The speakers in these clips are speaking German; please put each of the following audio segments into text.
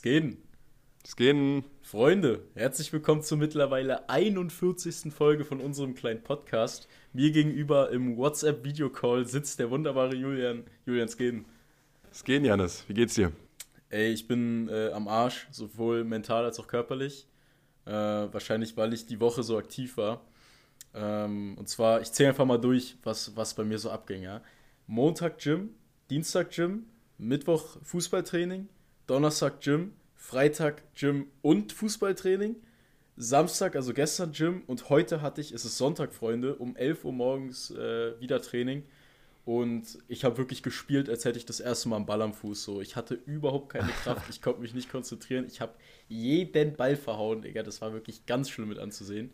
Was geht? Es gehen. Freunde, herzlich willkommen zur mittlerweile 41. Folge von unserem kleinen Podcast. Mir gegenüber im WhatsApp-Videocall sitzt der wunderbare Julian. Julian, es geht. Es gehen, Janis. Wie geht's dir? Ey, ich bin am Arsch, sowohl mental als auch körperlich. Wahrscheinlich, weil ich die Woche so aktiv war. Und zwar, ich zähle einfach mal durch, was bei mir so abging. Ja? Montag Gym, Dienstag Gym, Mittwoch Fußballtraining, Donnerstag Gym, Freitag Gym und Fußballtraining, Samstag, also gestern Gym und heute es ist Sonntag, Freunde, um 11 Uhr morgens wieder Training. Und ich habe wirklich gespielt, als hätte ich das erste Mal einen Ball am Fuß. So. Ich hatte überhaupt keine Kraft, ich konnte mich nicht konzentrieren. Ich habe jeden Ball verhauen, Digga. Das war wirklich ganz schlimm mit anzusehen.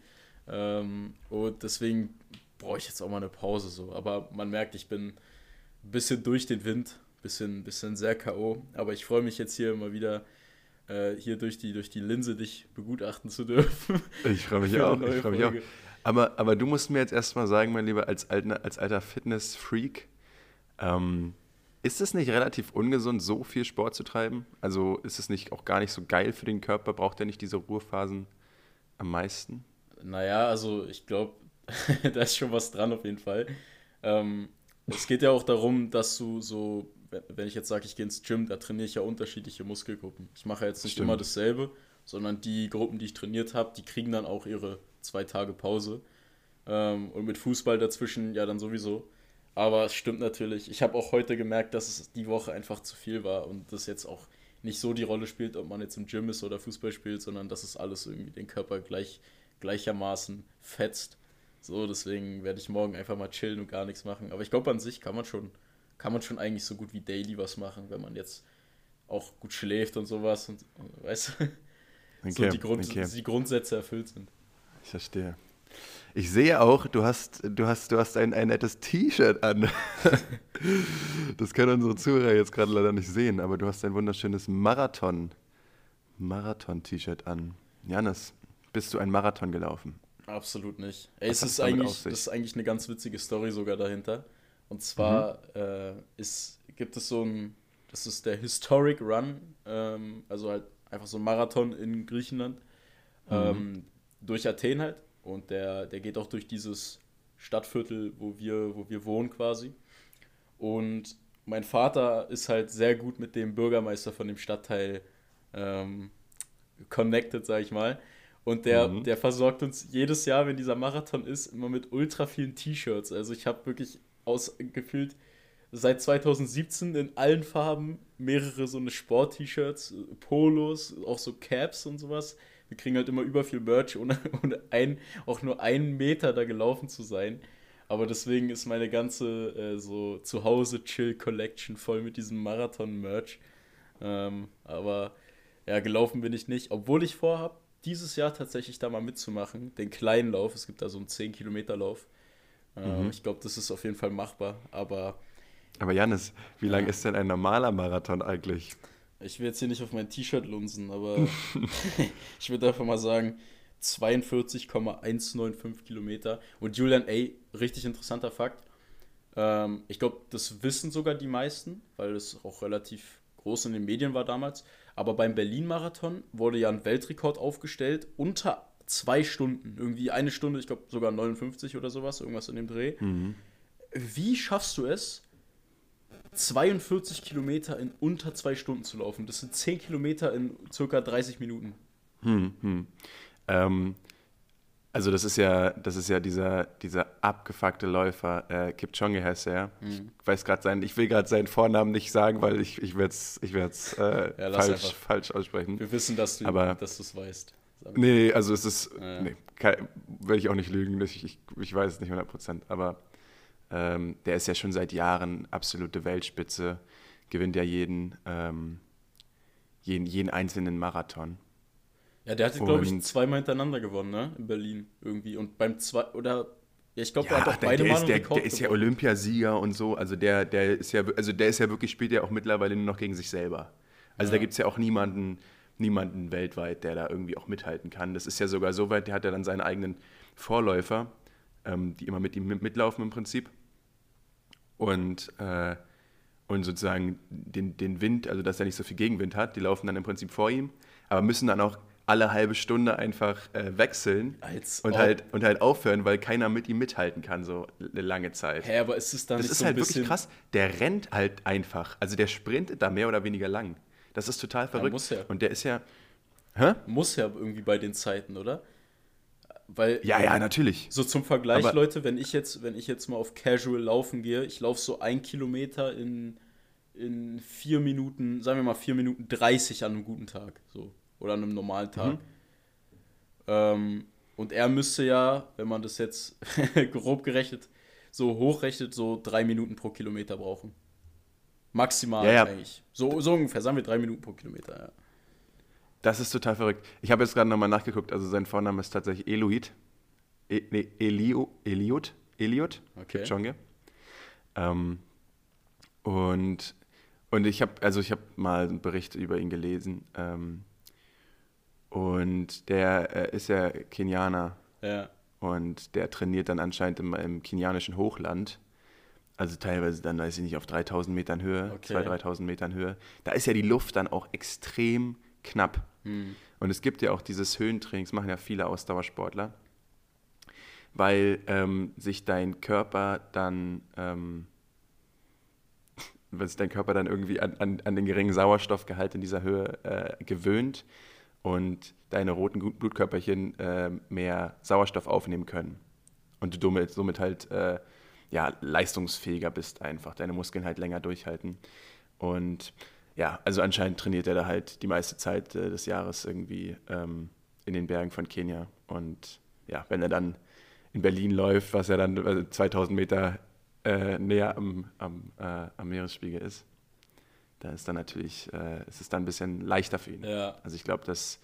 Und deswegen brauche ich jetzt auch mal eine Pause. So. Aber man merkt, ich bin ein bisschen durch den Wind, bisschen sehr K.O. Aber ich freue mich jetzt hier mal wieder, hier durch die Linse dich begutachten zu dürfen. Ich freue mich Für eine auch. neue Folge. Aber du musst mir jetzt erstmal sagen, mein Lieber, als alter Fitness-Freak, ist es nicht relativ ungesund, so viel Sport zu treiben? Also ist es nicht auch gar nicht so geil für den Körper? Braucht er nicht diese Ruhephasen am meisten? Naja, also ich glaube, da ist schon was dran auf jeden Fall. Es geht ja auch darum, dass du so, wenn ich jetzt sage, ich gehe ins Gym, da trainiere ich ja unterschiedliche Muskelgruppen. Ich mache ja jetzt nicht immer Stimmt. dasselbe, sondern die Gruppen, die ich trainiert habe, die kriegen dann auch ihre 2 Tage Pause. Und mit Fußball dazwischen ja dann sowieso. Aber es stimmt natürlich. Ich habe auch heute gemerkt, dass es die Woche einfach zu viel war und das jetzt auch nicht so die Rolle spielt, ob man jetzt im Gym ist oder Fußball spielt, sondern dass es alles irgendwie den Körper gleichermaßen fetzt. So, deswegen werde ich morgen einfach mal chillen und gar nichts machen. Aber ich glaube, an sich kann man schon eigentlich so gut wie daily was machen, wenn man jetzt auch gut schläft und sowas und weißt du, so Okay, okay. die Grundsätze erfüllt sind. Ich verstehe. Ich sehe auch, du hast ein nettes T-Shirt an. Das können unsere Zuhörer jetzt gerade leider nicht sehen, aber du hast ein wunderschönes Marathon-T-Shirt an. Janis, bist du einen Marathon gelaufen? Absolut nicht. Ey, Was hat es damit auf das sich? ist eigentlich eine ganz witzige Story sogar dahinter. Und Mhm. zwar gibt es das ist der Historic Run, also halt einfach so ein Marathon in Griechenland, Mhm. ähm, durch Athen halt. Und der geht auch durch dieses Stadtviertel, wo wir wohnen quasi. Und mein Vater ist halt sehr gut mit dem Bürgermeister von dem Stadtteil ähm, connected, sag ich mal. Und Mhm. der versorgt uns jedes Jahr, wenn dieser Marathon ist, immer mit ultra vielen T-Shirts. Also ich habe wirklich gefühlt seit 2017 in allen Farben mehrere so eine Sport-T-Shirts, Polos, auch so Caps und sowas. Wir kriegen halt immer über viel Merch, ohne auch nur einen Meter da gelaufen zu sein. Aber deswegen ist meine ganze so Zuhause-Chill-Collection voll mit diesem Marathon-Merch. Aber ja, gelaufen bin ich nicht, obwohl ich vorhab, dieses Jahr tatsächlich da mal mitzumachen. Den kleinen Lauf, es gibt da so einen 10 Kilometer Lauf. Mhm. Ich glaube, das ist auf jeden Fall machbar, aber Aber Janis, wie lang ja, ist denn ein normaler Marathon eigentlich? ich will jetzt hier nicht auf mein T-Shirt lunzen, aber ich würde einfach mal sagen 42,195 Kilometer. Und Julian, ey, richtig interessanter Fakt. Ich glaube, das wissen sogar die meisten, weil es auch relativ groß in den Medien war damals. Aber beim Berlin-Marathon wurde ja ein Weltrekord aufgestellt unter 2 Stunden. Irgendwie eine Stunde, ich glaube sogar 59 oder sowas, irgendwas in dem Dreh. Mhm. Wie schaffst du es, 42 Kilometer in unter 2 Stunden zu laufen? Das sind 10 Kilometer in circa 30 Minuten. Hm, hm. Ähm, also das ist ja dieser abgefuckte Läufer, Kipchoge heißt er. Hm. Ich will gerade seinen Vornamen nicht sagen, weil ich werd's Ja, lass falsch, einfach. falsch aussprechen. Wir wissen, Aber dass du es weißt. Sag mal. nee, also es ist, Ja. nee, werde ich auch nicht lügen, ich weiß es nicht 100%, aber der ist ja schon seit Jahren absolute Weltspitze, gewinnt ja jeden einzelnen Marathon. Ja, der hatte, glaube ich, Und zweimal hintereinander gewonnen, ne? In Berlin irgendwie. Und beim zwei, oder, ja, ich glaube, er hat ja, auch der, beide der Mal ist, einen der, der Rekord ist ja gebrochen. Olympiasieger und so. Also der ist ja wirklich, spielt ja auch mittlerweile nur noch gegen sich selber. Also da Ja. gibt es ja auch niemanden weltweit, der da irgendwie auch mithalten kann. Das ist ja sogar so weit, der hat ja dann seine eigenen Vorläufer, die immer mit ihm mitlaufen im Prinzip. Und und sozusagen den Wind, also dass er nicht so viel Gegenwind hat. Die laufen dann im Prinzip vor ihm, aber müssen dann auch alle halbe Stunde einfach wechseln Als und ob. halt aufhören, weil keiner mit ihm mithalten kann, so eine lange Zeit. Hä, aber ist es dann Das nicht ist so ein halt bisschen. wirklich krass. Der rennt halt einfach. Also der sprintet da mehr oder weniger lang. Das ist total verrückt. muss ja. Und der ist ja. Hä? Muss ja irgendwie bei den Zeiten, oder? Weil, Ja, ja, natürlich. so zum Vergleich, Aber Leute, wenn ich jetzt mal auf Casual laufen gehe, ich laufe so 1 Kilometer in 4 Minuten, sagen wir mal 4 Minuten 30 an einem guten Tag. So. Oder an einem normalen Tag. Mhm. Und er müsste ja, wenn man das jetzt grob gerechnet, so hochrechnet, so 3 Minuten pro Kilometer brauchen. Maximal Ja, ja, eigentlich. So ungefähr, sagen wir 3 Minuten pro Kilometer, ja. das ist total verrückt. Ich habe jetzt gerade nochmal nachgeguckt. Also sein Vorname ist tatsächlich Eloid. Nee, Eliot Okay. Kipchoge. Ähm, und ich habe mal einen Bericht über ihn gelesen. Und der ist ja Kenianer Ja, und der trainiert dann anscheinend im kenianischen Hochland. Also teilweise dann, weiß ich nicht, auf 3000 Metern Höhe, okay. 2.000, 3.000 Metern Höhe. Da ist ja die Luft dann auch extrem knapp. Hm. Und es gibt ja auch dieses Höhentraining, das machen ja viele Ausdauersportler, weil sich dein Körper dann, weil sich dein Körper dann irgendwie an den geringen Sauerstoffgehalt in dieser Höhe gewöhnt und deine roten Blutkörperchen mehr Sauerstoff aufnehmen können. Und du somit halt ja, leistungsfähiger bist einfach, deine Muskeln halt länger durchhalten. Und ja, also anscheinend trainiert er da halt die meiste Zeit des Jahres irgendwie in den Bergen von Kenia. Und ja, wenn er dann in Berlin läuft, was ja dann 2000 Meter näher am Meeresspiegel ist, da ist dann natürlich, ist es dann ein bisschen leichter für ihn. Ja. Also ich glaube,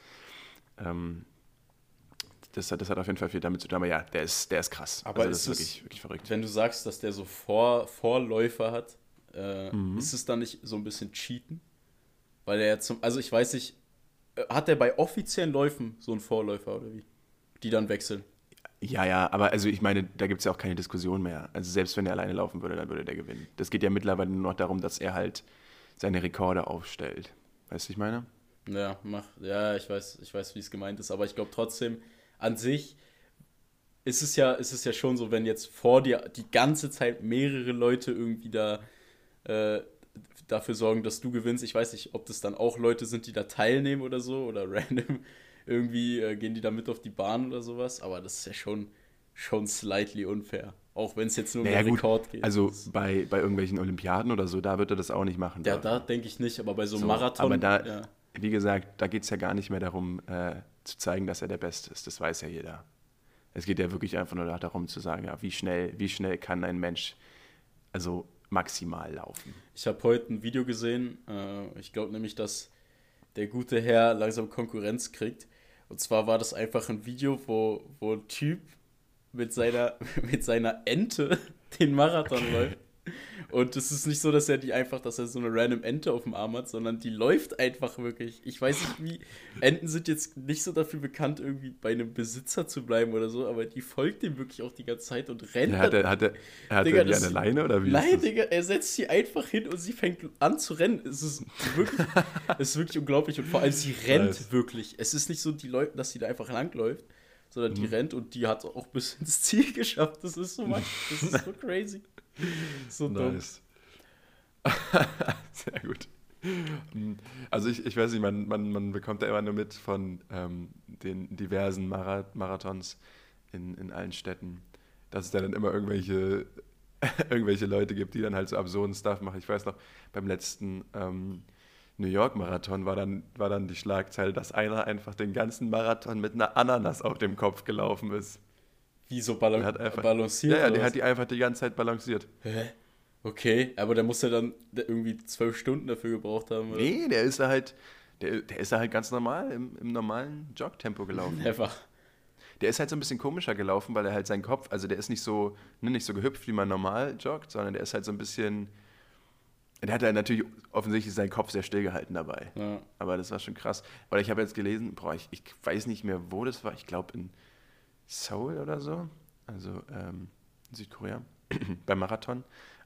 ähm, das hat auf jeden Fall viel damit zu tun, aber ja, der ist krass. Aber Also das ist ist es, wirklich, wirklich verrückt. wenn du sagst, dass der so Vorläufer hat, Mhm. ist es dann nicht so ein bisschen Cheaten? Weil er jetzt also ich weiß nicht, hat der bei offiziellen Läufen so einen Vorläufer oder wie? Die dann wechseln. Ja, ja, aber also ich meine, da gibt es ja auch keine Diskussion mehr. Also selbst wenn er alleine laufen würde, dann würde der gewinnen. Das geht ja mittlerweile nur noch darum, dass er halt seine Rekorde aufstellt. Weißt du, ich meine? Ja, ich weiß, wie es gemeint ist, aber ich glaube trotzdem, an sich ist es ja schon so, wenn jetzt vor dir die ganze Zeit mehrere Leute irgendwie äh, dafür sorgen, dass du gewinnst. Ich weiß nicht, ob das dann auch Leute sind, die da teilnehmen oder so, oder random irgendwie gehen die da mit auf die Bahn oder sowas, aber das ist ja schon slightly unfair. Auch wenn es jetzt nur um Naja, den gut, Rekord geht. also bei irgendwelchen Olympiaden oder so, da wird er das auch nicht machen Ja, da dürfen. denke ich nicht, aber bei so einem So, aber Marathon, da, ja. wie gesagt, da geht es ja gar nicht mehr darum, zu zeigen, dass er der Beste ist. Das weiß ja jeder. Es geht ja wirklich einfach nur darum zu sagen, ja, wie schnell kann ein Mensch also maximal laufen. Ich habe heute ein Video gesehen, ich glaube nämlich, dass der gute Herr langsam Konkurrenz kriegt. Und zwar war das einfach ein Video, wo ein Typ mit seiner, mit seiner Ente den Marathon läuft. Und es ist nicht so, dass er so eine random Ente auf dem Arm hat, sondern die läuft einfach wirklich. Ich weiß nicht wie, Enten sind jetzt nicht so dafür bekannt, irgendwie bei einem Besitzer zu bleiben oder so, aber die folgt dem wirklich auch die ganze Zeit und rennt Ja, dann. hat Digga, er die das- an der Leine oder wie ist Nein, das? Digga, er setzt sie einfach hin und sie fängt an zu rennen. Es ist wirklich unglaublich und vor allem sie rennt Nice. wirklich. Es ist nicht so, dass sie da einfach langläuft, sondern die Mhm. rennt und die hat auch bis ins Ziel geschafft. Das ist so crazy. So dumm. Nice. Sehr gut. Also ich weiß nicht, man bekommt da immer nur mit von den diversen Marathons in allen Städten, dass es da dann immer irgendwelche Leute gibt, die dann halt so absurden Stuff machen. Ich weiß noch, beim letzten New York Marathon war dann die Schlagzeile, dass einer einfach den ganzen Marathon mit einer Ananas auf dem Kopf gelaufen ist. Wie so Der hat einfach, balanciert ja, oder der was? hat die einfach die ganze Zeit balanciert. Hä? Okay, aber der muss ja dann irgendwie 12 Stunden dafür gebraucht haben, oder? Nee, der ist da halt ganz normal im normalen Jogtempo gelaufen. Never. Der ist halt so ein bisschen komischer gelaufen, weil er halt seinen Kopf, also der ist nicht so, ne, nicht so gehüpft, wie man normal joggt, sondern der ist halt so ein bisschen, der hat halt natürlich offensichtlich seinen Kopf sehr stillgehalten dabei. Ja. Aber das war schon krass. Oder ich habe jetzt gelesen, ich weiß nicht mehr, wo das war, ich glaube in Seoul oder so, also in Südkorea, beim Marathon.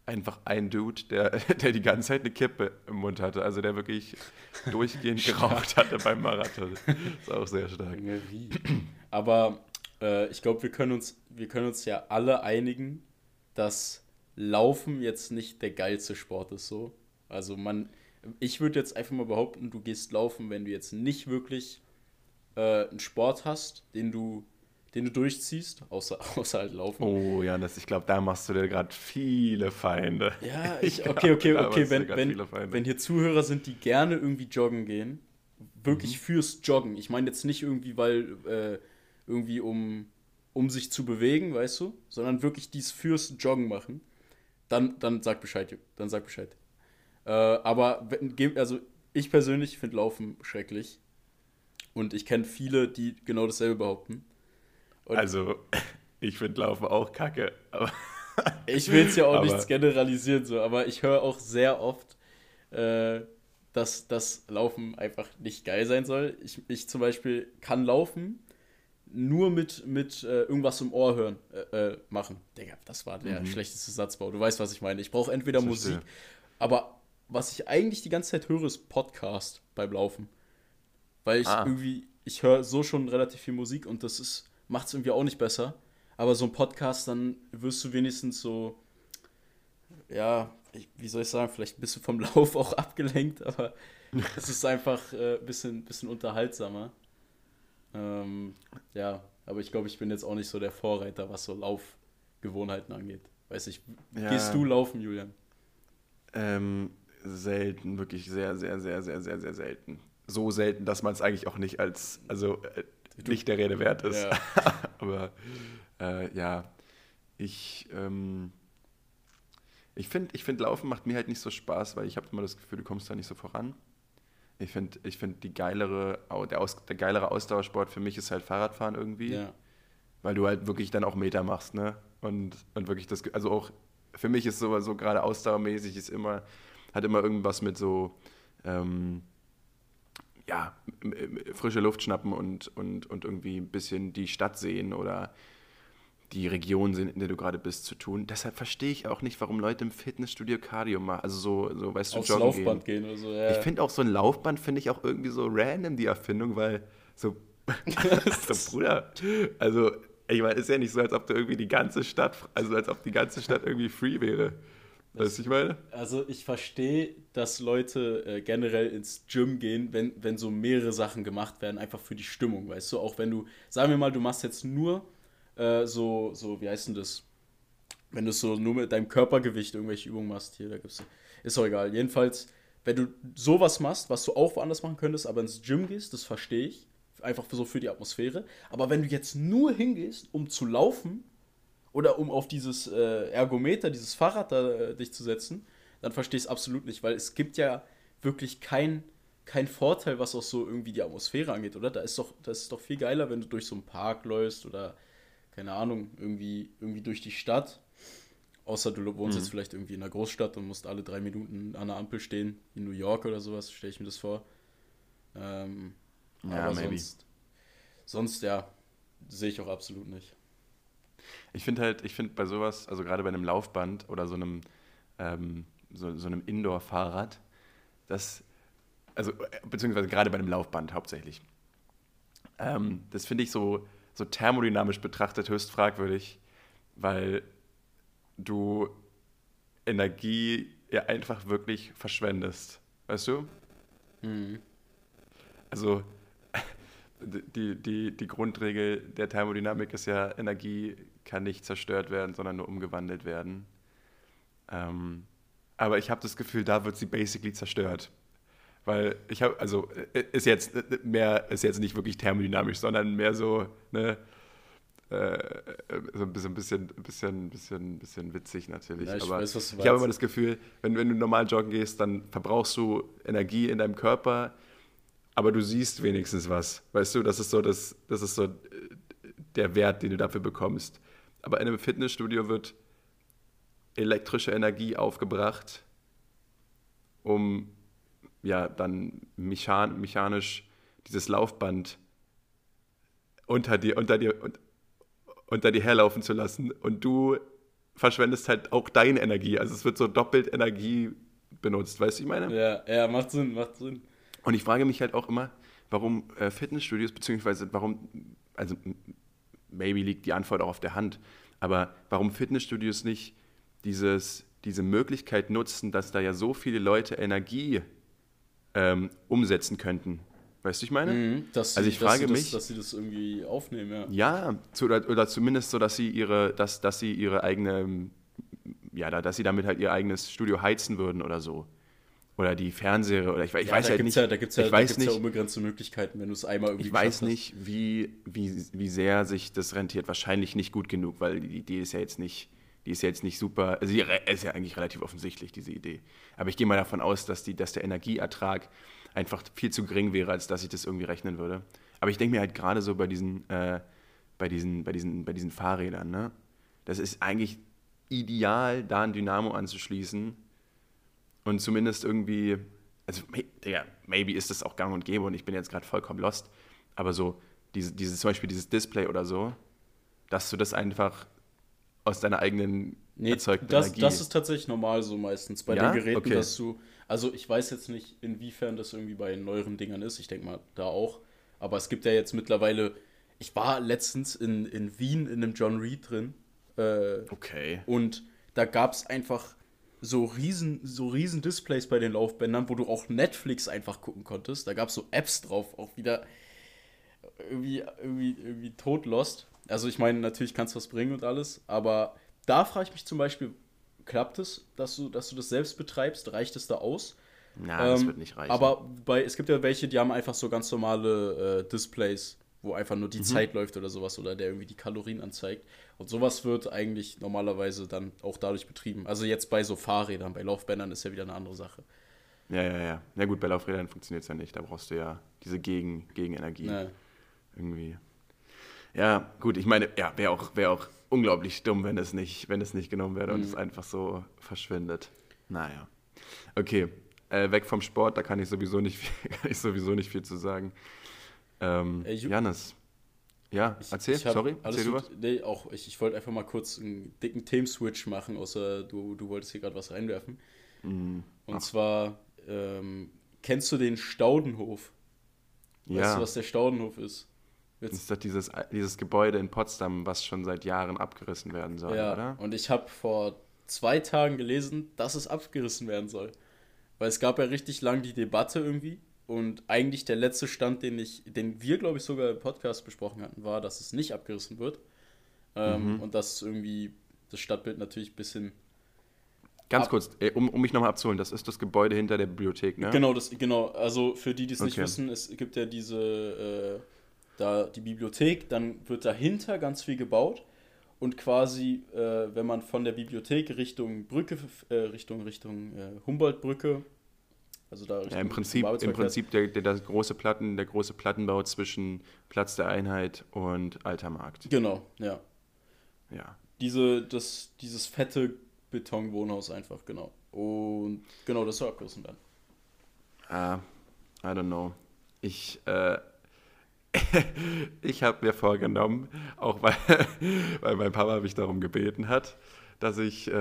einfach ein Dude, der die ganze Zeit eine Kippe im Mund hatte. Also der wirklich durchgehend geraucht hatte beim Marathon. Ist auch sehr stark. Aber ich glaube, wir können uns ja alle einigen, dass Laufen jetzt nicht der geilste Sport ist so. Also ich würde jetzt einfach mal behaupten, du gehst laufen, wenn du jetzt nicht wirklich einen Sport hast, den du durchziehst, außer halt Laufen. Oh, Janis, ich glaube, da machst du dir gerade viele Feinde. Ja, Ich okay, glaube, da machst du dir wenn, gerade viele Feinde. wenn hier Zuhörer sind, die gerne irgendwie joggen gehen, wirklich Mhm. fürs Joggen. Ich meine jetzt nicht irgendwie, weil, irgendwie um sich zu bewegen, weißt du, sondern wirklich dies fürs Joggen machen, dann sag Bescheid, dann sag Bescheid. Aber also ich persönlich finde Laufen schrecklich und ich kenne viele, die genau dasselbe behaupten. Und Also, ich finde Laufen auch kacke, aber, ich will es ja auch nichts aber generalisieren, so, aber ich höre auch sehr oft, äh, dass das Laufen einfach nicht geil sein soll. Ich zum Beispiel kann laufen nur mit irgendwas im Ohr hören, machen. Digga, das war der mhm, schlechteste Satzbau. Du weißt, was ich meine. Ich brauche entweder ich Musik, verstehe. aber was ich eigentlich die ganze Zeit höre, ist Podcast beim Laufen. Weil Ah, ich höre so schon relativ viel Musik und macht es irgendwie auch nicht besser. Aber so ein Podcast, dann wirst du wenigstens so, ja, wie soll ich sagen, vielleicht ein bisschen vom Lauf auch abgelenkt, aber es ist einfach bisschen unterhaltsamer. Ähm, ja, aber ich glaube, ich bin jetzt auch nicht so der Vorreiter, was so Laufgewohnheiten angeht. Weiß ich, gehst ja, du laufen, Julian? selten, wirklich sehr, sehr, sehr, sehr, sehr, sehr selten. So selten, dass man es eigentlich auch nicht also Du, nicht der Rede wert ist. ja, Aber ja, ich, ähm, ich find, Laufen macht mir halt nicht so Spaß, weil ich habe immer das Gefühl, du kommst da nicht so voran. Ich find der geilere Ausdauersport für mich ist halt Fahrradfahren irgendwie, ja, weil du halt wirklich dann auch Meter machst, ne? Und wirklich also auch für mich ist so gerade ausdauermäßig hat immer irgendwas mit so, ähm, ja, frische Luft schnappen und irgendwie ein bisschen die Stadt sehen oder die Region sehen, in der du gerade bist, zu tun. Deshalb verstehe ich auch nicht, warum Leute im Fitnessstudio Cardio machen, also weißt du, aufs joggen gehen. Laufband gehen oder so, Ich ja. finde auch so ein Laufband, finde ich auch irgendwie so random, die Erfindung, weil so, so Bruder, also ich meine, ist ja nicht so, als ob du irgendwie als ob die ganze Stadt irgendwie free wäre. Weißt du, Das, ich meine? also ich verstehe, dass Leute generell ins Gym gehen, wenn so mehrere Sachen gemacht werden, einfach für die Stimmung, weißt du? Auch wenn du, sagen wir mal, du machst jetzt nur wie heißt denn das? Wenn du so nur mit deinem Körpergewicht irgendwelche Übungen machst, hier, da gibt's, ist auch egal. Jedenfalls, wenn du sowas machst, was du auch woanders machen könntest, aber ins Gym gehst, das verstehe ich. Einfach so für die Atmosphäre. Aber wenn du jetzt nur hingehst, um zu laufen oder um auf dieses Ergometer, dieses Fahrrad da dich zu setzen, dann verstehe ich es absolut nicht, weil es gibt ja wirklich kein Vorteil, was auch so irgendwie die Atmosphäre angeht, oder? Das ist doch viel geiler, wenn du durch so einen Park läufst oder, keine Ahnung, irgendwie durch die Stadt. Außer du wohnst jetzt Mhm. vielleicht irgendwie in einer Großstadt und musst alle 3 Minuten an der Ampel stehen, in New York oder sowas, stelle ich mir das vor. Ähm, Ja, aber maybe. sonst ja, sehe ich auch absolut nicht. Ich finde bei sowas, also gerade bei einem Laufband oder so einem Indoor-Fahrrad, das, also, beziehungsweise gerade bei einem Laufband hauptsächlich, das finde ich so thermodynamisch betrachtet höchst fragwürdig, weil du Energie ja einfach wirklich verschwendest. Weißt du? Mhm. Also die Grundregel der Thermodynamik ist ja, Energie kann nicht zerstört werden, sondern nur umgewandelt werden. Ähm, aber ich habe das Gefühl, da wird sie basically zerstört. Weil also ist jetzt nicht wirklich thermodynamisch, sondern mehr so, ne, äh, so ein bisschen witzig Ja, natürlich. ich Aber weiß, was du ich habe immer meinst. das Gefühl, wenn du normal joggen gehst, dann verbrauchst du Energie in deinem Körper, aber du siehst wenigstens was. Weißt du, das ist so der Wert, den du dafür bekommst. Aber in einem Fitnessstudio wird elektrische Energie aufgebracht, um ja dann mechanisch dieses Laufband unter dir herlaufen zu lassen und du verschwendest halt auch deine Energie. Also es wird so doppelt Energie benutzt, weißt du, ich meine? Ja, macht Sinn, macht Sinn. Und ich frage mich halt auch immer, warum Fitnessstudios, beziehungsweise warum, also maybe liegt die Antwort auch auf der Hand, aber warum Fitnessstudios nicht diese Möglichkeit nutzen, dass da ja so viele Leute Energie umsetzen könnten. Weißt du, ich meine? Also ich frage mich, dass sie das irgendwie aufnehmen, ja. ja, oder zumindest so, dass sie ihre eigene, ja, dass sie damit halt ihr eigenes Studio heizen würden oder so. Oder die Fernseher, oder ich Ja, weiß da halt gibt's nicht, ja, da gibt's ja, ich da weiß gibt's ja nicht, unbegrenzte Möglichkeiten, wenn du es einmal irgendwie ich weiß geschafft hast. nicht, wie sehr sich das rentiert. Wahrscheinlich nicht gut genug, weil die Idee ist ja jetzt nicht, die ist ja jetzt nicht super, also die ist ja eigentlich relativ offensichtlich, diese Idee. Aber ich gehe mal davon aus, dass der Energieertrag einfach viel zu gering wäre, als dass ich das irgendwie rechnen würde. Aber ich denke mir halt gerade so bei diesen Fahrrädern, ne? Das ist eigentlich ideal, da ein Dynamo anzuschließen und zumindest irgendwie, also, Digga, maybe ist das auch gang und gäbe und ich bin jetzt gerade vollkommen lost, aber so, zum Beispiel dieses Display oder so, dass du das einfach aus deiner eigenen Nee, erzeugten das Energie. ist tatsächlich normal so meistens bei den Ja? Geräten, Okay. dass du, also ich weiß jetzt nicht, inwiefern das irgendwie bei neueren Dingern ist, ich denke mal da auch, aber es gibt ja jetzt mittlerweile, ich war letztens in Wien in einem John Reed drin, Okay. und da gab es einfach so riesen Displays bei den Laufbändern, wo du auch Netflix einfach gucken konntest. Da gab es so Apps drauf, auch wieder irgendwie totlost. Also ich meine, natürlich kannst du was bringen und alles, aber da frage ich mich zum Beispiel, klappt es, dass du das selbst betreibst? Reicht es da aus? Na, das wird nicht reichen. Aber es gibt ja welche, die haben einfach so ganz normale Displays, wo einfach nur die Zeit läuft oder sowas oder der irgendwie die Kalorien anzeigt. Und sowas wird eigentlich normalerweise dann auch dadurch betrieben. Also jetzt bei so Fahrrädern, bei Laufbändern ist ja wieder eine andere Sache. Ja. Ja gut, bei Laufrädern funktioniert es ja nicht. Da brauchst du ja diese Gegenenergie Ne. irgendwie. Ja, gut, ich meine, ja, wär auch unglaublich dumm, wenn es nicht genommen wäre und es einfach so verschwindet. Naja. Okay, weg vom Sport, da kann ich sowieso nicht viel, kann ich sowieso nicht viel zu sagen. Jannis. Ja, erzähl, sorry, alles erzähl du gut. was? Nee, auch ich wollte einfach mal kurz einen dicken Themenswitch machen, außer du wolltest hier gerade was reinwerfen. Und Ach, zwar, kennst du den Staudenhof? Weißt du, ja, was der Staudenhof ist? ist das dieses Gebäude in Potsdam, was schon seit Jahren abgerissen werden soll, Ja, oder? und ich habe vor 2 Tagen gelesen, dass es abgerissen werden soll. Weil es gab ja richtig lang die Debatte irgendwie. Und eigentlich der letzte Stand, den wir, glaube ich, sogar im Podcast besprochen hatten, war, dass es nicht abgerissen wird. Und dass irgendwie das Stadtbild natürlich ein bisschen Ganz ab. kurz, um mich nochmal abzuholen, das ist das Gebäude hinter der Bibliothek, ne? Genau, also für die, die es nicht Okay. wissen, es gibt ja da die Bibliothek, dann wird dahinter ganz viel gebaut. Und quasi, wenn man von der Bibliothek Richtung Brücke, Richtung Humboldtbrücke, also da Ja, im Richtung Prinzip, im Babelsberg fährt, Prinzip der große Plattenbau zwischen Platz der Einheit und Alter Markt. genau, ja. Ja. Dieses fette Betonwohnhaus einfach, genau. Und genau, das soll abgerissen werden. Ah, I don't know. Ich, ich habe mir vorgenommen, auch weil, weil mein Papa mich darum gebeten hat, dass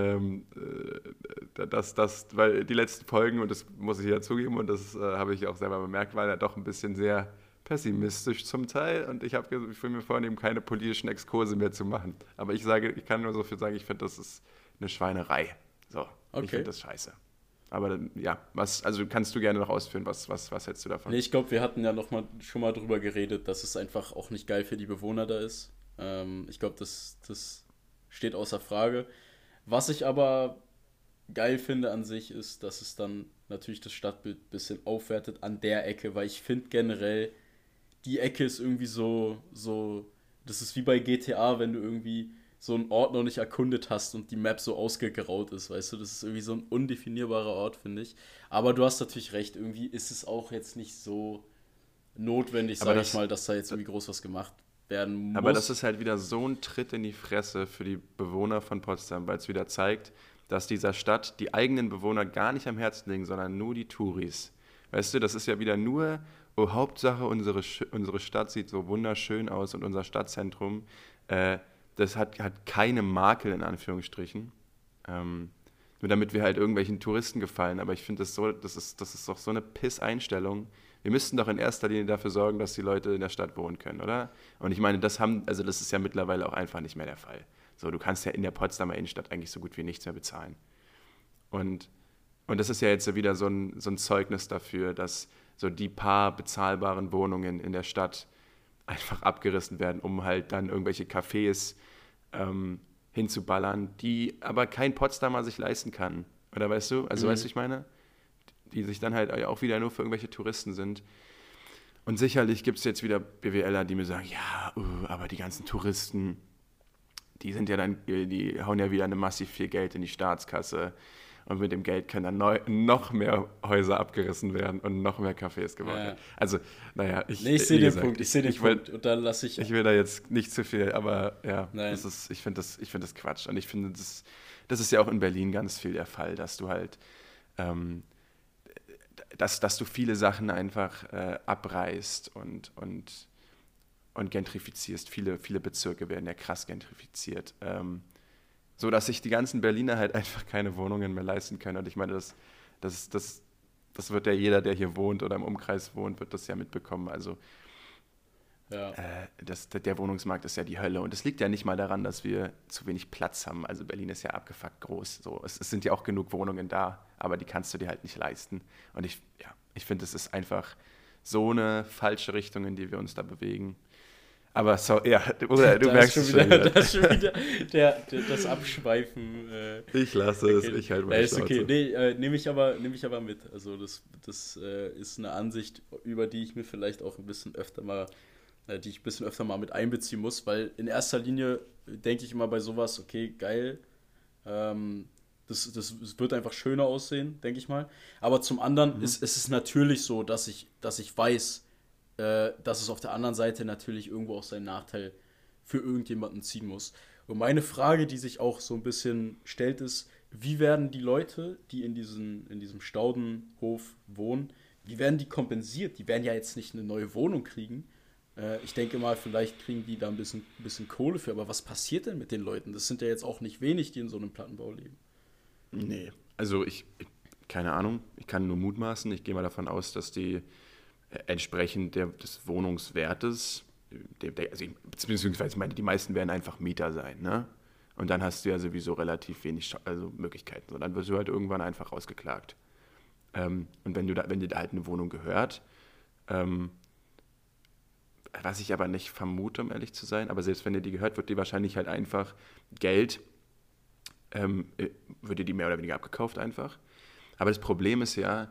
weil die letzten Folgen, und das muss ich ja zugeben, und das habe ich auch selber bemerkt, waren ja doch ein bisschen sehr pessimistisch zum Teil, und ich will mir vornehmen, keine politischen Exkurse mehr zu machen. Aber ich kann nur so viel sagen, ich finde, das ist eine Schweinerei. So, ich finde Okay. das scheiße. Aber ja, also kannst du gerne noch ausführen, was hältst du davon? Nee, ich glaube, wir hatten ja schon mal drüber geredet, dass es einfach auch nicht geil für die Bewohner da ist. Ich glaube, das steht außer Frage. Was ich aber geil finde an sich, ist, dass es dann natürlich das Stadtbild ein bisschen aufwertet an der Ecke, weil ich finde generell, die Ecke ist irgendwie das ist wie bei GTA, wenn du irgendwie so einen Ort noch nicht erkundet hast und die Map so ausgegraut ist, weißt du, das ist irgendwie so ein undefinierbarer Ort, finde ich. Aber du hast natürlich recht, irgendwie ist es auch jetzt nicht so notwendig, Aber sage ich das, mal, dass da jetzt irgendwie groß was gemacht werden aber das muss. ist halt wieder so ein Tritt in die Fresse für die Bewohner von Potsdam, weil es wieder zeigt, dass dieser Stadt die eigenen Bewohner gar nicht am Herzen liegen, sondern nur die Touris. Weißt du, das ist ja wieder nur, oh, Hauptsache unsere Stadt sieht so wunderschön aus und unser Stadtzentrum. Äh, das hat keine Makel in Anführungsstrichen. Nur damit wir halt irgendwelchen Touristen gefallen. Aber ich finde das ist doch so eine Piss-Einstellung. Wir müssten doch in erster Linie dafür sorgen, dass die Leute in der Stadt wohnen können, oder? Und ich meine, das ist ja mittlerweile auch einfach nicht mehr der Fall. So, du kannst ja in der Potsdamer Innenstadt eigentlich so gut wie nichts mehr bezahlen. Und, und das ist ja jetzt wieder so ein Zeugnis dafür, dass so die paar bezahlbaren Wohnungen in der Stadt einfach abgerissen werden, um halt dann irgendwelche Cafés hinzuballern, die aber kein Potsdamer sich leisten kann. Oder weißt du? Also weißt du, ich meine? Die sich dann halt auch wieder nur für irgendwelche Touristen sind. Und sicherlich gibt es jetzt wieder BWLer, die mir sagen, ja, aber die ganzen Touristen, die hauen ja wieder massiv viel Geld in die Staatskasse. Und mit dem Geld können dann noch mehr Häuser abgerissen werden und noch mehr Cafés gebaut werden. Also, naja, ich sehe den Punkt, und dann lasse ich... Ich will da jetzt nicht zu viel, aber ja, Nein. ich finde das Quatsch. Und ich finde, das ist ja auch in Berlin ganz viel der Fall, dass du halt, dass du viele Sachen einfach abreißt und gentrifizierst. Viele Bezirke werden ja krass gentrifiziert. So dass sich die ganzen Berliner halt einfach keine Wohnungen mehr leisten können. Und ich meine, das wird ja jeder, der hier wohnt oder im Umkreis wohnt, wird das ja mitbekommen. Also Ja. der Wohnungsmarkt ist ja die Hölle. Und es liegt ja nicht mal daran, dass wir zu wenig Platz haben. Also Berlin ist ja abgefuckt groß. So, es sind ja auch genug Wohnungen da, aber die kannst du dir halt nicht leisten. Und ich finde, es ist einfach so eine falsche Richtung, in die wir uns da bewegen. Aber so, ja, du merkst es schon wieder. Das ist schon wieder das Abschweifen. Ich lasse es, okay. Ich halte meine Schnauze. Ist okay, nee, nehme ich aber mit. Also das ist eine Ansicht, über die ich mir vielleicht auch ein bisschen öfter mal mit einbeziehen muss, weil in erster Linie denke ich immer bei sowas, okay, geil, das wird einfach schöner aussehen, denke ich mal. Aber zum anderen ist es natürlich so, dass ich weiß, dass es auf der anderen Seite natürlich irgendwo auch seinen Nachteil für irgendjemanden ziehen muss. Und meine Frage, die sich auch so ein bisschen stellt, ist, wie werden die Leute, die in diesem Staudenhof wohnen, wie werden die kompensiert? Die werden ja jetzt nicht eine neue Wohnung kriegen. Ich denke mal, vielleicht kriegen die da ein bisschen Kohle für, aber was passiert denn mit den Leuten? Das sind ja jetzt auch nicht wenig, die in so einem Plattenbau leben. Nee, also keine Ahnung, ich kann nur mutmaßen. Ich gehe mal davon aus, dass die entsprechend des Wohnungswertes, beziehungsweise ich meine, die meisten werden einfach Mieter sein, ne? Und dann hast du ja sowieso relativ wenig Möglichkeiten. Und dann wirst du halt irgendwann einfach rausgeklagt. Und wenn dir da halt eine Wohnung gehört, was ich aber nicht vermute, um ehrlich zu sein, aber selbst wenn dir die gehört, wird dir wahrscheinlich halt einfach Geld, wird dir die mehr oder weniger abgekauft einfach. Aber das Problem ist ja,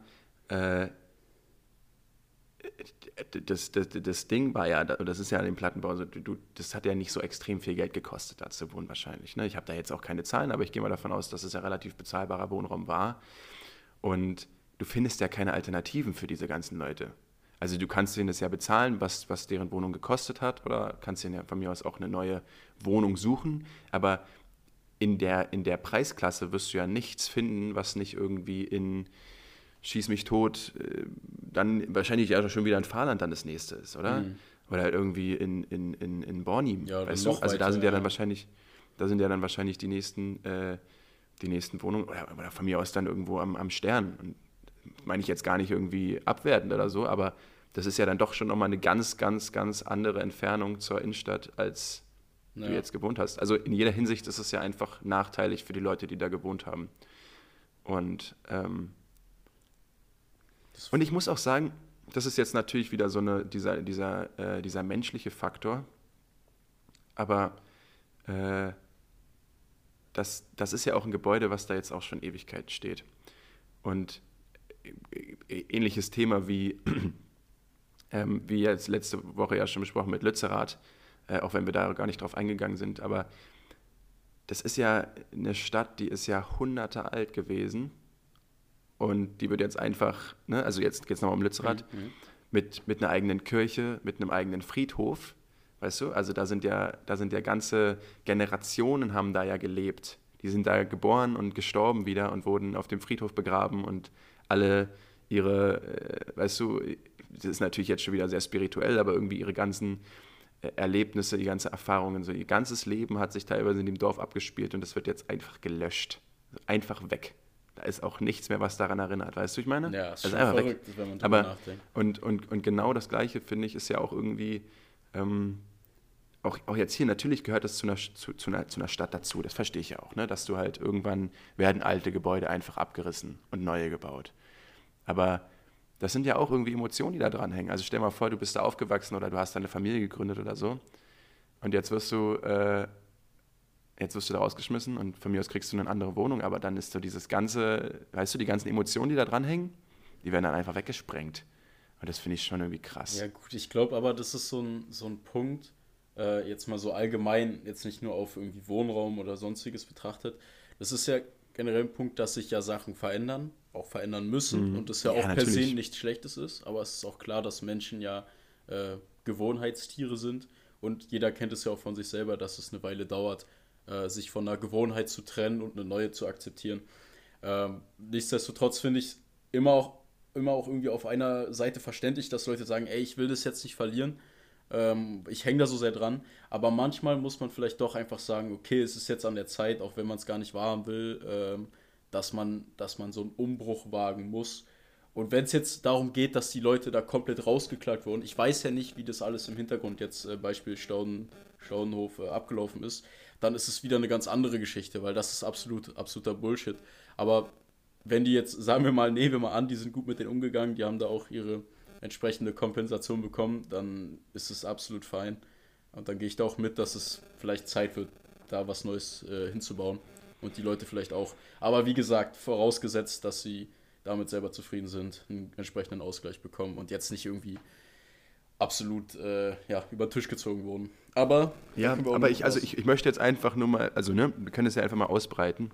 das Ding war ja, das ist ja an dem Plattenbau, also das hat ja nicht so extrem viel Geld gekostet, da zu wohnen wahrscheinlich. Ne? Ich habe da jetzt auch keine Zahlen, aber ich gehe mal davon aus, dass es ja relativ bezahlbarer Wohnraum war. Und du findest ja keine Alternativen für diese ganzen Leute. Also du kannst denen das ja bezahlen, was deren Wohnung gekostet hat, oder kannst denen ja von mir aus auch eine neue Wohnung suchen, aber in der Preisklasse wirst du ja nichts finden, was nicht irgendwie in Schieß mich tot, dann wahrscheinlich ja schon wieder in Fahrland dann das nächste ist, oder? Mhm. Oder halt irgendwie in Bornim, ja, weißt du? Also weiter, da sind ja dann wahrscheinlich die nächsten Wohnungen, oder von mir aus dann irgendwo am Stern. Und meine ich jetzt gar nicht irgendwie abwertend oder so, aber das ist ja dann doch schon nochmal eine ganz, ganz, ganz andere Entfernung zur Innenstadt, als du jetzt gewohnt hast. Also in jeder Hinsicht ist es ja einfach nachteilig für die Leute, die da gewohnt haben. Und ich muss auch sagen, das ist jetzt natürlich wieder so dieser menschliche Faktor, aber das ist ja auch ein Gebäude, was da jetzt auch schon Ewigkeit steht. Und ähnliches Thema wie jetzt letzte Woche ja schon besprochen mit Lützerath, auch wenn wir da gar nicht drauf eingegangen sind, aber das ist ja eine Stadt, die ist Jahrhunderte alt gewesen und die wird jetzt einfach, ne, also jetzt geht es nochmal um Lützerath, mit einer eigenen Kirche, mit einem eigenen Friedhof, weißt du, also da sind ja ganze Generationen haben da ja gelebt, die sind da geboren und gestorben wieder und wurden auf dem Friedhof begraben und alle ihre, weißt du, das ist natürlich jetzt schon wieder sehr spirituell, aber irgendwie ihre ganzen Erlebnisse, die ganzen Erfahrungen, so ihr ganzes Leben hat sich teilweise in dem Dorf abgespielt und das wird jetzt einfach gelöscht. Einfach weg. Da ist auch nichts mehr, was daran erinnert. Weißt du, ich meine? Ja, ist Also schon einfach weg. verrückt, wenn man drüber Aber, nachdenkt. und genau das Gleiche, finde ich, ist ja auch irgendwie, auch jetzt hier, natürlich gehört das zu einer Stadt dazu, das verstehe ich ja auch, ne? Dass du halt irgendwann werden alte Gebäude einfach abgerissen und neue gebaut. Aber das sind ja auch irgendwie Emotionen, die da dranhängen. Also stell dir mal vor, du bist da aufgewachsen oder du hast deine Familie gegründet oder so und jetzt wirst du da rausgeschmissen und von mir aus kriegst du eine andere Wohnung, aber dann ist so dieses ganze, weißt du, die ganzen Emotionen, die da dranhängen, die werden dann einfach weggesprengt. Und das finde ich schon irgendwie krass. Ja, gut, ich glaube aber, das ist so ein Punkt, jetzt mal so allgemein, jetzt nicht nur auf irgendwie Wohnraum oder sonstiges betrachtet. Das ist ja generell ein Punkt, dass sich ja Sachen verändern, auch verändern müssen und das ja Ja, auch per se natürlich. nichts Schlechtes ist, aber es ist auch klar, dass Menschen ja Gewohnheitstiere sind und jeder kennt es ja auch von sich selber, dass es eine Weile dauert, sich von einer Gewohnheit zu trennen und eine neue zu akzeptieren. Nichtsdestotrotz finde ich immer auch irgendwie auf einer Seite verständlich, dass Leute sagen, ey, ich will das jetzt nicht verlieren. Ich hänge da so sehr dran. Aber manchmal muss man vielleicht doch einfach sagen, okay, es ist jetzt an der Zeit, auch wenn man es gar nicht wahrhaben will, dass man so einen Umbruch wagen muss. Und wenn es jetzt darum geht, dass die Leute da komplett rausgeklagt wurden, ich weiß ja nicht, wie das alles im Hintergrund jetzt, Beispiel Staudenhof, abgelaufen ist, dann ist es wieder eine ganz andere Geschichte, weil das ist absoluter Bullshit. Aber wenn die jetzt, sagen wir mal, nehmen wir mal an, die sind gut mit denen umgegangen, die haben da auch ihre entsprechende Kompensation bekommen, dann ist es absolut fein. Und dann gehe ich da auch mit, dass es vielleicht Zeit wird, da was Neues hinzubauen. Und die Leute vielleicht auch. Aber wie gesagt, vorausgesetzt, dass sie damit selber zufrieden sind, einen entsprechenden Ausgleich bekommen und jetzt nicht irgendwie absolut ja, über den Tisch gezogen wurden. Aber da Ja, können wir auch aber noch was. ich möchte jetzt einfach nur mal, also ne, wir können es ja einfach mal ausbreiten.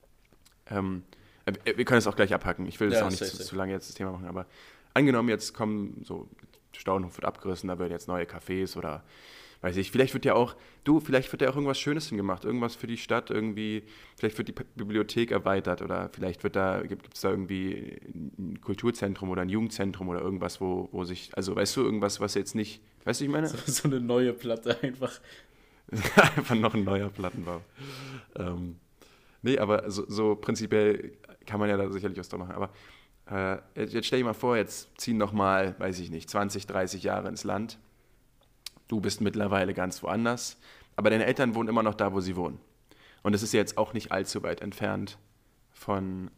Wir können es auch gleich abhacken. Ich will das Ja, auch nicht safe, zu safe. lange jetzt das Thema machen, aber angenommen, jetzt kommen so, Staudenhof wird abgerissen, da werden jetzt neue Cafés oder weiß ich, vielleicht wird ja auch irgendwas Schönes hingemacht, irgendwas für die Stadt, irgendwie, vielleicht wird die Bibliothek erweitert oder vielleicht gibt es da irgendwie ein Kulturzentrum oder ein Jugendzentrum oder irgendwas, wo sich, also weißt du, irgendwas, was jetzt nicht, weißt du, ich meine? So eine neue Platte einfach. Einfach noch ein neuer Plattenbau. Ähm, Nee, aber so prinzipiell kann man ja da sicherlich was da machen. Aber jetzt stell dir mal vor, jetzt ziehen noch mal, weiß ich nicht, 20, 30 Jahre ins Land. Du bist mittlerweile ganz woanders. Aber deine Eltern wohnen immer noch da, wo sie wohnen. Und es ist jetzt auch nicht allzu weit entfernt von,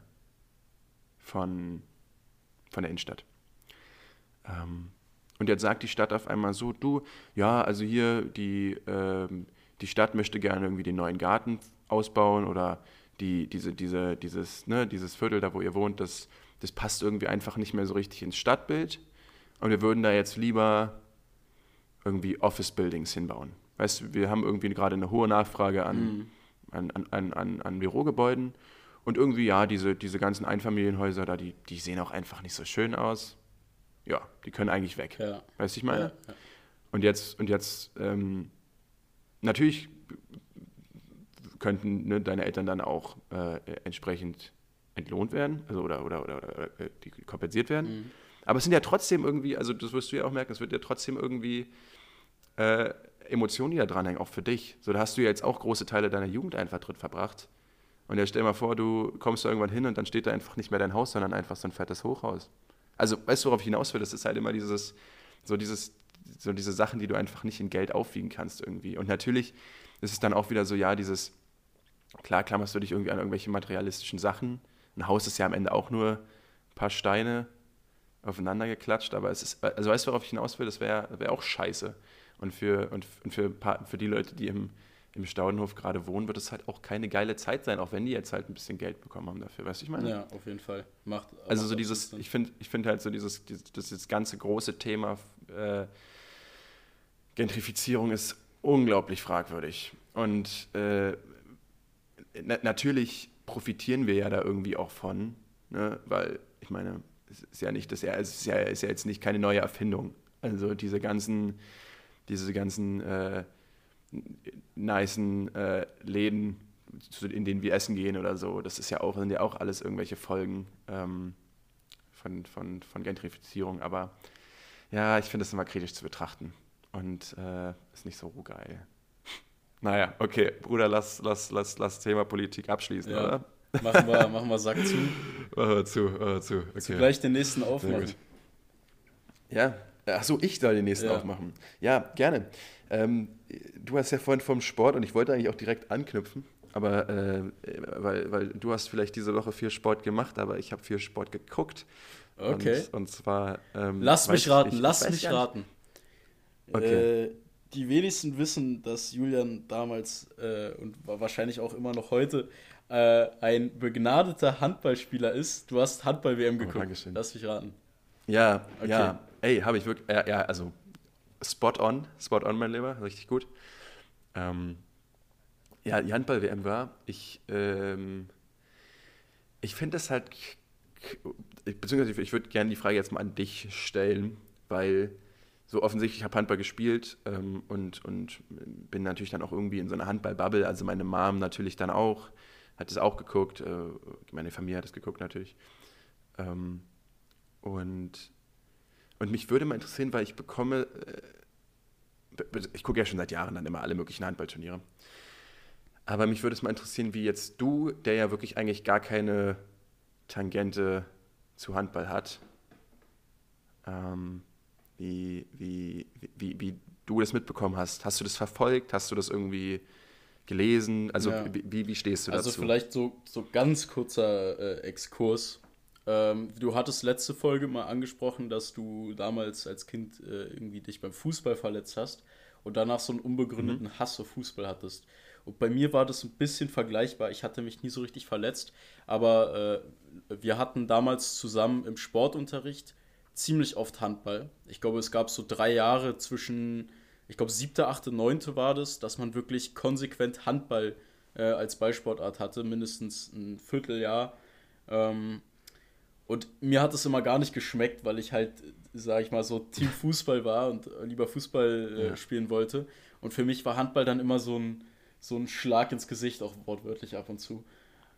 von, von der Innenstadt. Und jetzt sagt die Stadt auf einmal so, du, ja, also hier die Stadt möchte gerne irgendwie den neuen Garten ausbauen oder dieses Viertel da, wo ihr wohnt, das passt irgendwie einfach nicht mehr so richtig ins Stadtbild. Und wir würden da jetzt lieber irgendwie Office-Buildings hinbauen. Weißt du, wir haben irgendwie gerade eine hohe Nachfrage Mhm. an Bürogebäuden und irgendwie, ja, diese ganzen Einfamilienhäuser da, die sehen auch einfach nicht so schön aus. Ja, die können eigentlich weg. Ja, Weißt du, ich ja, meine? ja. Und jetzt, natürlich könnten ne, deine Eltern dann auch entsprechend entlohnt werden, also oder die kompensiert werden. Mhm. Aber es sind ja trotzdem irgendwie, also das wirst du ja auch merken, es wird ja trotzdem irgendwie äh, Emotionen, die da dranhängen, auch für dich. So, da hast du ja jetzt auch große Teile deiner Jugend einfach drin verbracht. Und jetzt stell dir mal vor, du kommst da irgendwann hin und dann steht da einfach nicht mehr dein Haus, sondern einfach so ein fettes Hochhaus. Also, weißt du, worauf ich hinaus will? Das ist halt immer so dieses, so diese Sachen, die du einfach nicht in Geld aufwiegen kannst irgendwie. Und natürlich ist es dann auch wieder so, ja, klar klammerst du dich irgendwie an irgendwelche materialistischen Sachen. Ein Haus ist ja am Ende auch nur ein paar Steine aufeinander geklatscht, aber es ist, also weißt du, worauf ich hinaus will? Das wär auch scheiße. Und für die Leute, die im Staudenhof gerade wohnen, wird es halt auch keine geile Zeit sein, auch wenn die jetzt halt ein bisschen Geld bekommen haben dafür, weißt du, ich meine? Ja, auf jeden Fall. Also Macht so absolut dieses, Sinn. ich finde halt so das ganze große Thema Gentrifizierung ist unglaublich fragwürdig. Und natürlich profitieren wir ja da irgendwie auch von, ne? Weil ich meine, es ist ja jetzt nicht keine neue Erfindung. Also diese ganzen nicen Läden, in denen wir essen gehen oder so, sind ja auch alles irgendwelche Folgen von Gentrifizierung. Aber ja, ich finde das immer kritisch zu betrachten. und ist nicht so geil. Naja, okay, Bruder, lass Thema Politik abschließen, Ja. oder? Machen wir Sack zu. Machen wir zu, okay. Zugleich den nächsten Sehr aufmachen. gut. Ja, achso, ich soll den nächsten Ja. aufmachen. Ja, gerne. Du hast ja vorhin vom Sport und ich wollte eigentlich auch direkt anknüpfen, aber weil du hast vielleicht diese Woche viel Sport gemacht, aber ich habe viel Sport geguckt Okay. und zwar Lass mich weiß raten, ich lass weiß mich gar nicht. raten. Okay. Äh, die wenigsten wissen, dass Julian damals und wahrscheinlich auch immer noch heute ein begnadeter Handballspieler ist. Du hast Handball-WM Oh, geguckt. Dankeschön. Lass mich raten. Ja, Okay. ja, ey, habe ich wirklich, ja, also spot on, mein Lieber, richtig gut. Ähm, ja, die Handball-WM war, ich finde das halt, beziehungsweise ich würde gerne die Frage jetzt mal an dich stellen, weil so offensichtlich, ich habe Handball gespielt und bin natürlich dann auch irgendwie in so einer Handball-Bubble, also meine Mom natürlich dann auch, hat es auch geguckt, meine Familie hat es geguckt natürlich. Ähm, und, und mich würde mal interessieren, weil ich bekomme, ich gucke ja schon seit Jahren dann immer alle möglichen Handballturniere, aber mich würde es mal interessieren, wie jetzt du, der ja wirklich eigentlich gar keine Tangente zu Handball hat, ähm, wie du das mitbekommen hast. Hast du das verfolgt? Hast du das irgendwie gelesen? Also Ja. wie stehst du Also dazu? vielleicht so ganz kurzer Exkurs. Du hattest letzte Folge mal angesprochen, dass du damals als Kind irgendwie dich beim Fußball verletzt hast und danach so einen Mhm. unbegründeten Hass auf Fußball hattest. Und bei mir war das ein bisschen vergleichbar. Ich hatte mich nie so richtig verletzt, aber wir hatten damals zusammen im Sportunterricht ziemlich oft Handball. Ich glaube, es gab so 3 Jahre zwischen, ich glaube, siebte, achte, neunte war das, dass man wirklich konsequent Handball als Ballsportart hatte, mindestens ein Vierteljahr. Ähm, und mir hat es immer gar nicht geschmeckt, weil ich halt, sag ich mal, so Team Fußball war und lieber Fußball Ja. spielen wollte. Und für mich war Handball dann immer so ein Schlag ins Gesicht, auch wortwörtlich ab und zu.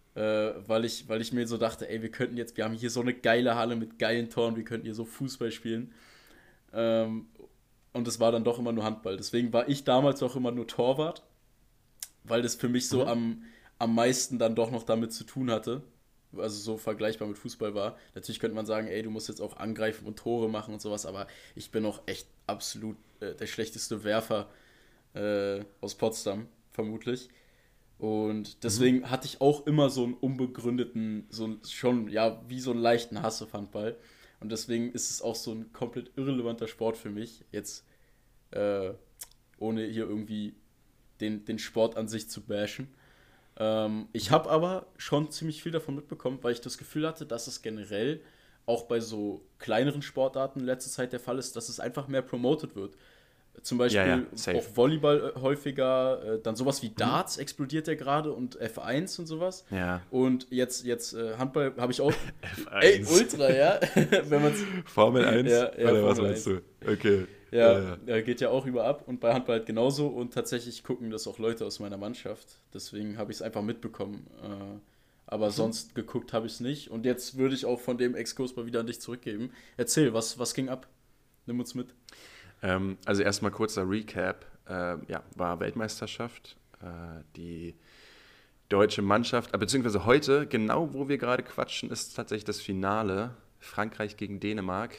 Weil ich mir so dachte, ey, wir haben hier so eine geile Halle mit geilen Toren, wir könnten hier so Fußball spielen. Ähm, und es war dann doch immer nur Handball. Deswegen war ich damals auch immer nur Torwart, weil das für mich so Mhm. am meisten dann doch noch damit zu tun hatte. Also so vergleichbar mit Fußball war. Natürlich könnte man sagen, ey, du musst jetzt auch angreifen und Tore machen und sowas, aber ich bin auch echt absolut der schlechteste Werfer aus Potsdam, vermutlich. Und Mhm. deswegen hatte ich auch immer so einen unbegründeten, schon, ja, wie so einen leichten Hass auf Handball. Und deswegen ist es auch so ein komplett irrelevanter Sport für mich. Jetzt, äh, ohne hier irgendwie den Sport an sich zu bashen. Ich Mhm. habe aber schon ziemlich viel davon mitbekommen, weil ich das Gefühl hatte, dass es generell auch bei so kleineren Sportarten in letzter Zeit der Fall ist, dass es einfach mehr promoted wird. Zum Ja, ja, Beispiel auch safe. Volleyball häufiger, dann sowas wie Mhm. Darts explodiert ja gerade und F1 und sowas. Ja. Und jetzt Handball habe ich auch. Ey, F1. Ultra, ja. Wenn man es. Formel 1? Ja, Oder was Formel meinst 1. du? Okay. Ja, Ja. geht ja auch über ab und bei Handball halt genauso und tatsächlich gucken das auch Leute aus meiner Mannschaft. Deswegen habe ich es einfach mitbekommen. Aber Mhm. sonst geguckt habe ich es nicht. Und jetzt würde ich auch von dem Exkurs mal wieder an dich zurückgeben. Erzähl, was ging ab? Nimm uns mit. Also erstmal kurzer Recap. Ja, war Weltmeisterschaft. Die deutsche Mannschaft, beziehungsweise heute, genau wo wir gerade quatschen, ist tatsächlich das Finale. Frankreich gegen Dänemark.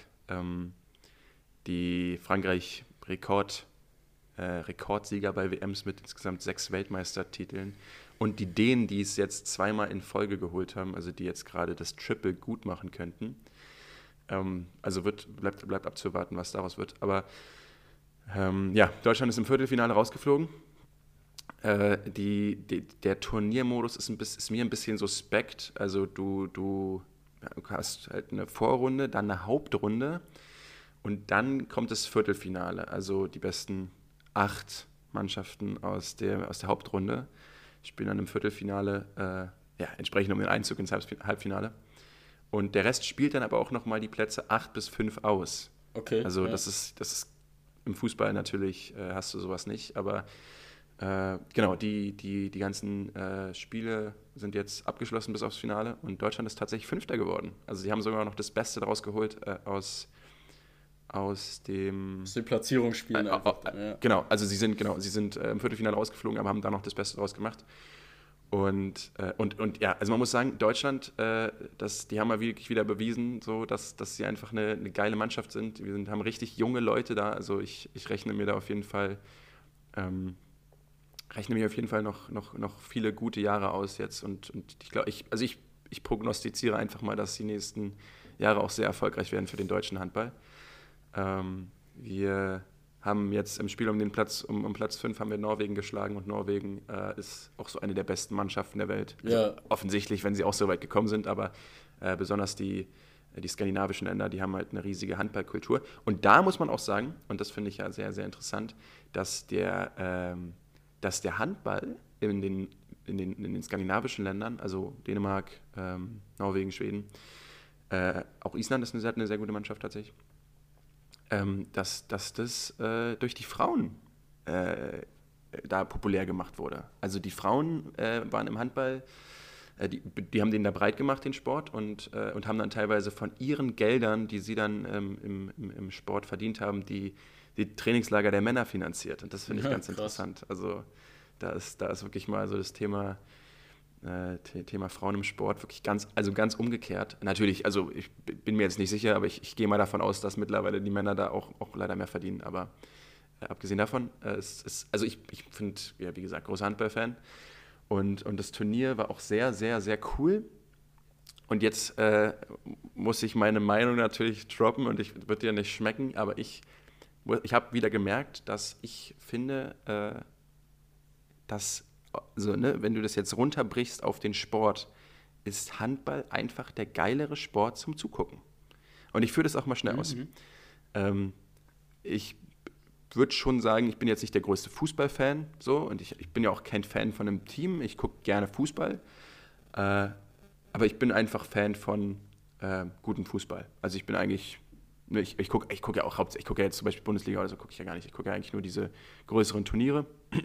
Die Frankreich Rekordsieger bei WMs mit insgesamt 6 Weltmeistertiteln. Und die Dänen, die es jetzt zweimal in Folge geholt haben, also die jetzt gerade das Triple gut machen könnten. Also bleibt abzuwarten, was daraus wird. Aber ja, Deutschland ist im Viertelfinale rausgeflogen. Der Turniermodus ist mir ein bisschen suspekt. Also du hast halt eine Vorrunde, dann eine Hauptrunde und dann kommt das Viertelfinale. Also die besten 8 Mannschaften aus der Hauptrunde spielen dann im Viertelfinale, ja, entsprechend um den Einzug ins Halbfinale. Und der Rest spielt dann aber auch nochmal die Plätze 8 bis 5 aus. Okay, Also ja. das ist im Fußball natürlich, hast du sowas nicht, aber genau, die ganzen Spiele sind jetzt abgeschlossen bis aufs Finale und Deutschland ist tatsächlich Fünfter geworden. Also sie haben sogar noch das Beste daraus geholt aus dem Aus den Platzierungsspielen einfach. Ja. sie sind im Viertelfinale rausgeflogen, aber haben da noch das Beste draus gemacht. Und ja, also man muss sagen, Deutschland, die haben mal wirklich wieder bewiesen, so, dass sie einfach eine geile Mannschaft sind. Haben richtig junge Leute da. Also ich rechne mir da auf jeden Fall, noch viele gute Jahre aus jetzt. Und ich glaube, ich prognostiziere einfach mal, dass die nächsten Jahre auch sehr erfolgreich werden für den deutschen Handball. Wir haben jetzt im Spiel um Platz 5 haben wir Norwegen geschlagen und Norwegen ist auch so eine der besten Mannschaften der Welt. Also Ja. offensichtlich, wenn sie auch so weit gekommen sind, aber besonders die skandinavischen Länder, die haben halt eine riesige Handballkultur. Und da muss man auch sagen, und das finde ich ja sehr, sehr interessant, dass der Handball in den skandinavischen Ländern, also Dänemark, Norwegen, Schweden, auch Island ist eine sehr gute Mannschaft tatsächlich, dass das durch die Frauen da populär gemacht wurde. Also die Frauen waren im Handball, die haben den da breit gemacht, den Sport, und haben dann teilweise von ihren Geldern, die sie dann im Sport verdient haben, die Trainingslager der Männer finanziert. Und das finde ich ganz Krass. interessant. Also da ist wirklich mal so das Thema Frauen im Sport wirklich ganz umgekehrt. Natürlich, also ich bin mir jetzt nicht sicher, aber ich gehe mal davon aus, dass mittlerweile die Männer da auch leider mehr verdienen. Aber abgesehen davon, also ich finde, ja, wie gesagt, großer Handballfan. Und das Turnier war auch sehr, sehr, sehr cool. Und jetzt muss ich meine Meinung natürlich droppen und ich wird dir nicht schmecken, aber ich habe wieder gemerkt, dass ich finde, dass, also, ne, wenn du das jetzt runterbrichst auf den Sport, ist Handball einfach der geilere Sport zum Zugucken. Und ich führe das auch mal schnell aus. Ich würde schon sagen, ich bin jetzt nicht der größte Fußballfan, so, und ich bin ja auch kein Fan von einem Team. Ich gucke gerne Fußball, aber ich bin einfach Fan von gutem Fußball. Also ich bin eigentlich, ne, ich gucke ja auch hauptsächlich, ich gucke ja jetzt zum Beispiel Bundesliga oder so, gucke ich ja gar nicht. Ich gucke ja eigentlich nur diese größeren Turniere.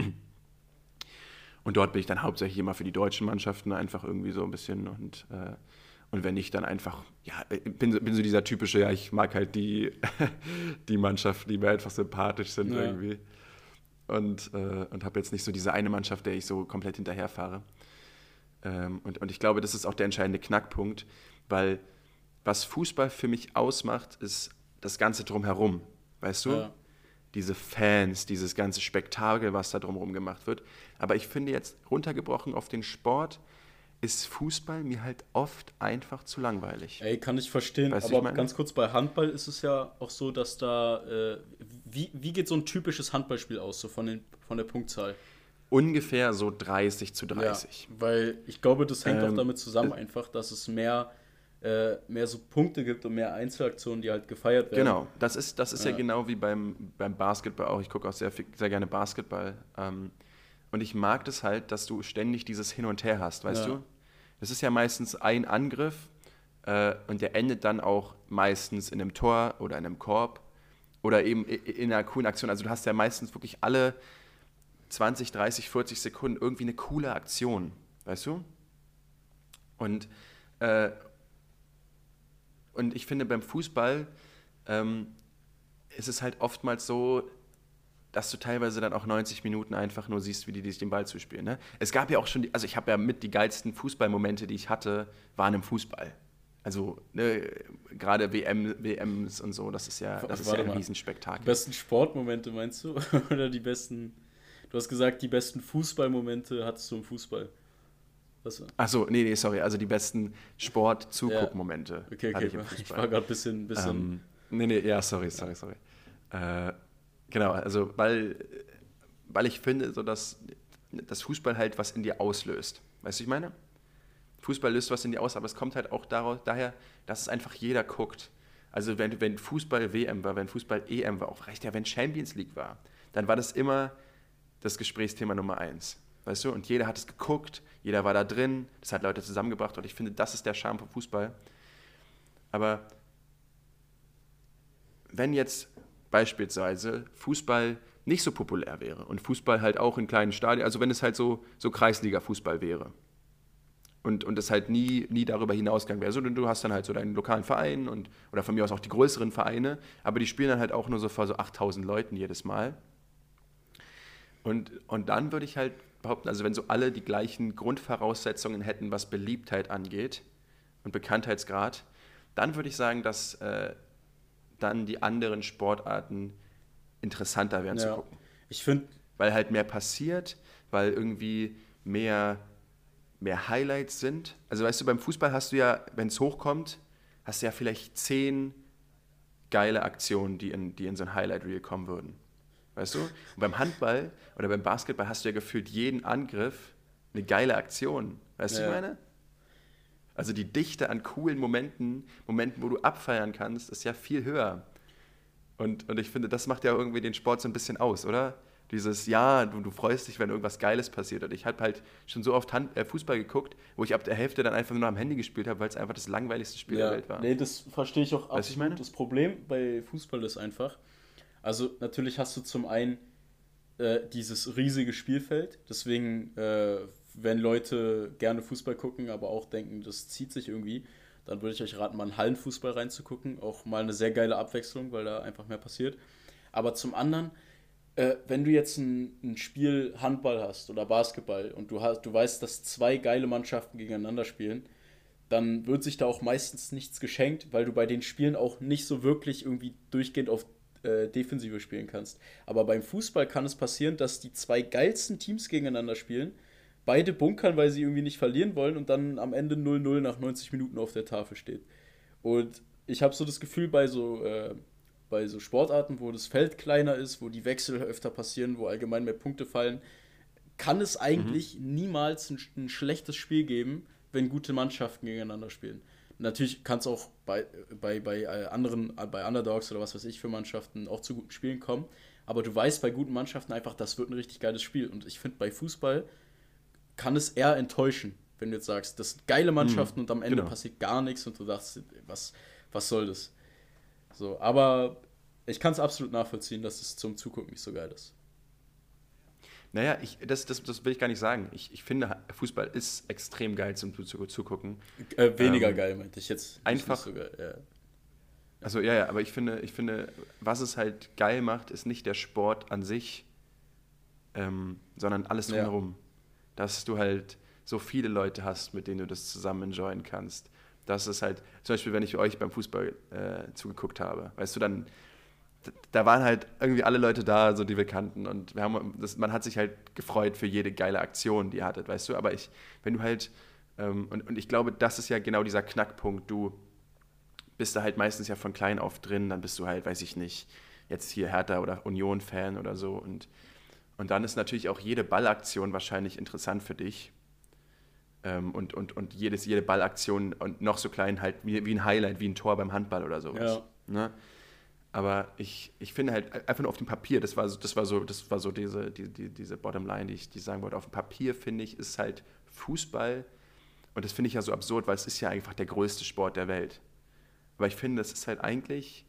Und dort bin ich dann hauptsächlich immer für die deutschen Mannschaften einfach irgendwie so ein bisschen und wenn nicht, dann einfach, ja, bin so dieser typische, ja, ich mag halt die Mannschaften, die mir einfach sympathisch sind irgendwie. Und habe jetzt nicht so diese eine Mannschaft, der ich so komplett hinterherfahre. Und ich glaube, das ist auch der entscheidende Knackpunkt, weil was Fußball für mich ausmacht, ist das Ganze drumherum, weißt du? Ja. Diese Fans, dieses ganze Spektakel, was da drumherum gemacht wird. Aber ich finde jetzt, runtergebrochen auf den Sport, ist Fußball mir halt oft einfach zu langweilig. Ey, kann ich verstehen, Weißt du, ich aber meine? ganz kurz, bei Handball ist es ja auch so, dass da, wie geht so ein typisches Handballspiel aus, so von der Punktzahl? Ungefähr so 30:30. Ja, weil ich glaube, das hängt auch Ähm, damit zusammen einfach, dass es mehr so Punkte gibt und mehr Einzelaktionen, die halt gefeiert werden. Genau, das ist ja genau wie beim Basketball auch. Ich gucke auch sehr gerne Basketball. Und ich mag das halt, dass du ständig dieses Hin und Her hast, weißt Ja. du? Das ist ja meistens ein Angriff und der endet dann auch meistens in einem Tor oder in einem Korb oder eben in einer coolen Aktion. Also du hast ja meistens wirklich alle 20, 30, 40 Sekunden irgendwie eine coole Aktion, weißt du? Und ich finde, beim Fußball ist es halt oftmals so, dass du teilweise dann auch 90 Minuten einfach nur siehst, wie die sich den Ball zuspielen. Ne? Es gab ja auch schon, also ich habe ja mit die geilsten Fußballmomente, die ich hatte, waren im Fußball. Also ne, gerade WMs und so, das ist ja Warte ein mal. Die Riesenspektakel. besten Sportmomente meinst du? Oder die besten, du hast gesagt, die besten Fußballmomente hattest du im Fußball. Was? Achso, nee, sorry, also die besten Sport-Zuguckmomente Okay, hatte ich im ich Fußball. war gerade ein bisschen. Ja, sorry. Genau, also weil ich finde, so dass das Fußball halt was in dir auslöst. Weißt du, ich meine? Fußball löst was in dir aus, aber es kommt halt auch daher, dass es einfach jeder guckt. Also wenn Fußball WM war, wenn Fußball EM war, auch reicht ja, wenn Champions League war, dann war das immer das Gesprächsthema Nummer 1. Weißt du? Und jeder hat es geguckt, jeder war da drin, das hat Leute zusammengebracht und ich finde, das ist der Charme vom Fußball. Aber wenn jetzt beispielsweise Fußball nicht so populär wäre und Fußball halt auch in kleinen Stadien, also wenn es halt so Kreisliga-Fußball wäre, und es halt nie darüber hinausgegangen wäre. So, du hast dann halt so deinen lokalen Verein oder von mir aus auch die größeren Vereine, aber die spielen dann halt auch nur so vor so 8.000 Leuten jedes Mal. Und dann würde ich halt behaupten, also wenn so alle die gleichen Grundvoraussetzungen hätten, was Beliebtheit angeht und Bekanntheitsgrad, dann würde ich sagen, dass dann die anderen Sportarten interessanter wären zu Ja, gucken. ich finde, Weil halt mehr passiert, weil irgendwie mehr Highlights sind. Also weißt du, beim Fußball hast du ja, wenn es hochkommt, hast du ja vielleicht 10 geile Aktionen, die in so ein Highlight-Reel kommen würden. Weißt du? Und beim Handball oder beim Basketball hast du ja gefühlt jeden Angriff eine geile Aktion. Weißt du, was ich ja, meine? Also die Dichte an coolen Momenten, wo du abfeiern kannst, ist ja viel höher. Und ich finde, das macht ja irgendwie den Sport so ein bisschen aus, oder? Dieses, ja, du freust dich, wenn irgendwas Geiles passiert. Und ich habe halt schon so oft Fußball geguckt, wo ich ab der Hälfte dann einfach nur am Handy gespielt habe, weil es einfach das langweiligste Spiel der ja, Welt war. nee, das verstehe ich auch Weißt du, ich absolut. meine? Das Problem bei Fußball ist einfach, also natürlich hast du zum einen dieses riesige Spielfeld, deswegen, wenn Leute gerne Fußball gucken, aber auch denken, das zieht sich irgendwie, dann würde ich euch raten, mal einen Hallenfußball reinzugucken, auch mal eine sehr geile Abwechslung, weil da einfach mehr passiert. Aber zum anderen, wenn du jetzt ein Spiel Handball hast oder Basketball und du weißt, dass zwei geile Mannschaften gegeneinander spielen, dann wird sich da auch meistens nichts geschenkt, weil du bei den Spielen auch nicht so wirklich irgendwie durchgehend auf Defensive spielen kannst. Aber beim Fußball kann es passieren, dass die zwei geilsten Teams gegeneinander spielen, beide bunkern, weil sie irgendwie nicht verlieren wollen und dann am Ende 0-0 nach 90 Minuten auf der Tafel steht. Und ich habe so das Gefühl, bei so Sportarten, wo das Feld kleiner ist, wo die Wechsel öfter passieren, wo allgemein mehr Punkte fallen, kann es Mhm. eigentlich niemals ein schlechtes Spiel geben, wenn gute Mannschaften gegeneinander spielen. Natürlich kann es auch bei Underdogs oder was weiß ich für Mannschaften auch zu guten Spielen kommen. Aber du weißt bei guten Mannschaften einfach, das wird ein richtig geiles Spiel. Und ich finde, bei Fußball kann es eher enttäuschen, wenn du jetzt sagst, das sind geile Mhm. Mannschaften und am Ende Genau. passiert gar nichts und du dachtest, was soll das? So, aber ich kann es absolut nachvollziehen, dass es zum Zugucken nicht so geil ist. Naja, das will ich gar nicht sagen. Ich finde, Fußball ist extrem geil zum Zugucken. Weniger Ähm, geil, meinte ich jetzt nicht einfach, so geil. Ja. also ja, aber ich finde, was es halt geil macht, ist nicht der Sport an sich, sondern alles Ja. drumherum. Dass du halt so viele Leute hast, mit denen du das zusammen enjoyen kannst. Das ist halt, zum Beispiel, wenn ich euch beim Fußball zugeguckt habe, weißt du, dann, da waren halt irgendwie alle Leute da, so die wir kannten. Und man hat sich halt gefreut für jede geile Aktion, die ihr hattet, weißt du. Aber wenn du halt, und ich glaube, das ist ja genau dieser Knackpunkt. Du bist da halt meistens ja von klein auf drin, dann bist du halt, weiß ich nicht, jetzt hier Hertha oder Union-Fan oder so. Und dann ist natürlich auch jede Ballaktion wahrscheinlich interessant für dich. Und jede Ballaktion und noch so klein halt wie ein Highlight, wie ein Tor beim Handball oder sowas. Ja. Ne? Aber ich finde halt einfach nur auf dem Papier, das war so diese Bottomline, die ich sagen wollte. Auf dem Papier finde ich, ist halt Fußball, und das finde ich ja so absurd, weil es ist ja einfach der größte Sport der Welt. Aber ich finde, es ist halt eigentlich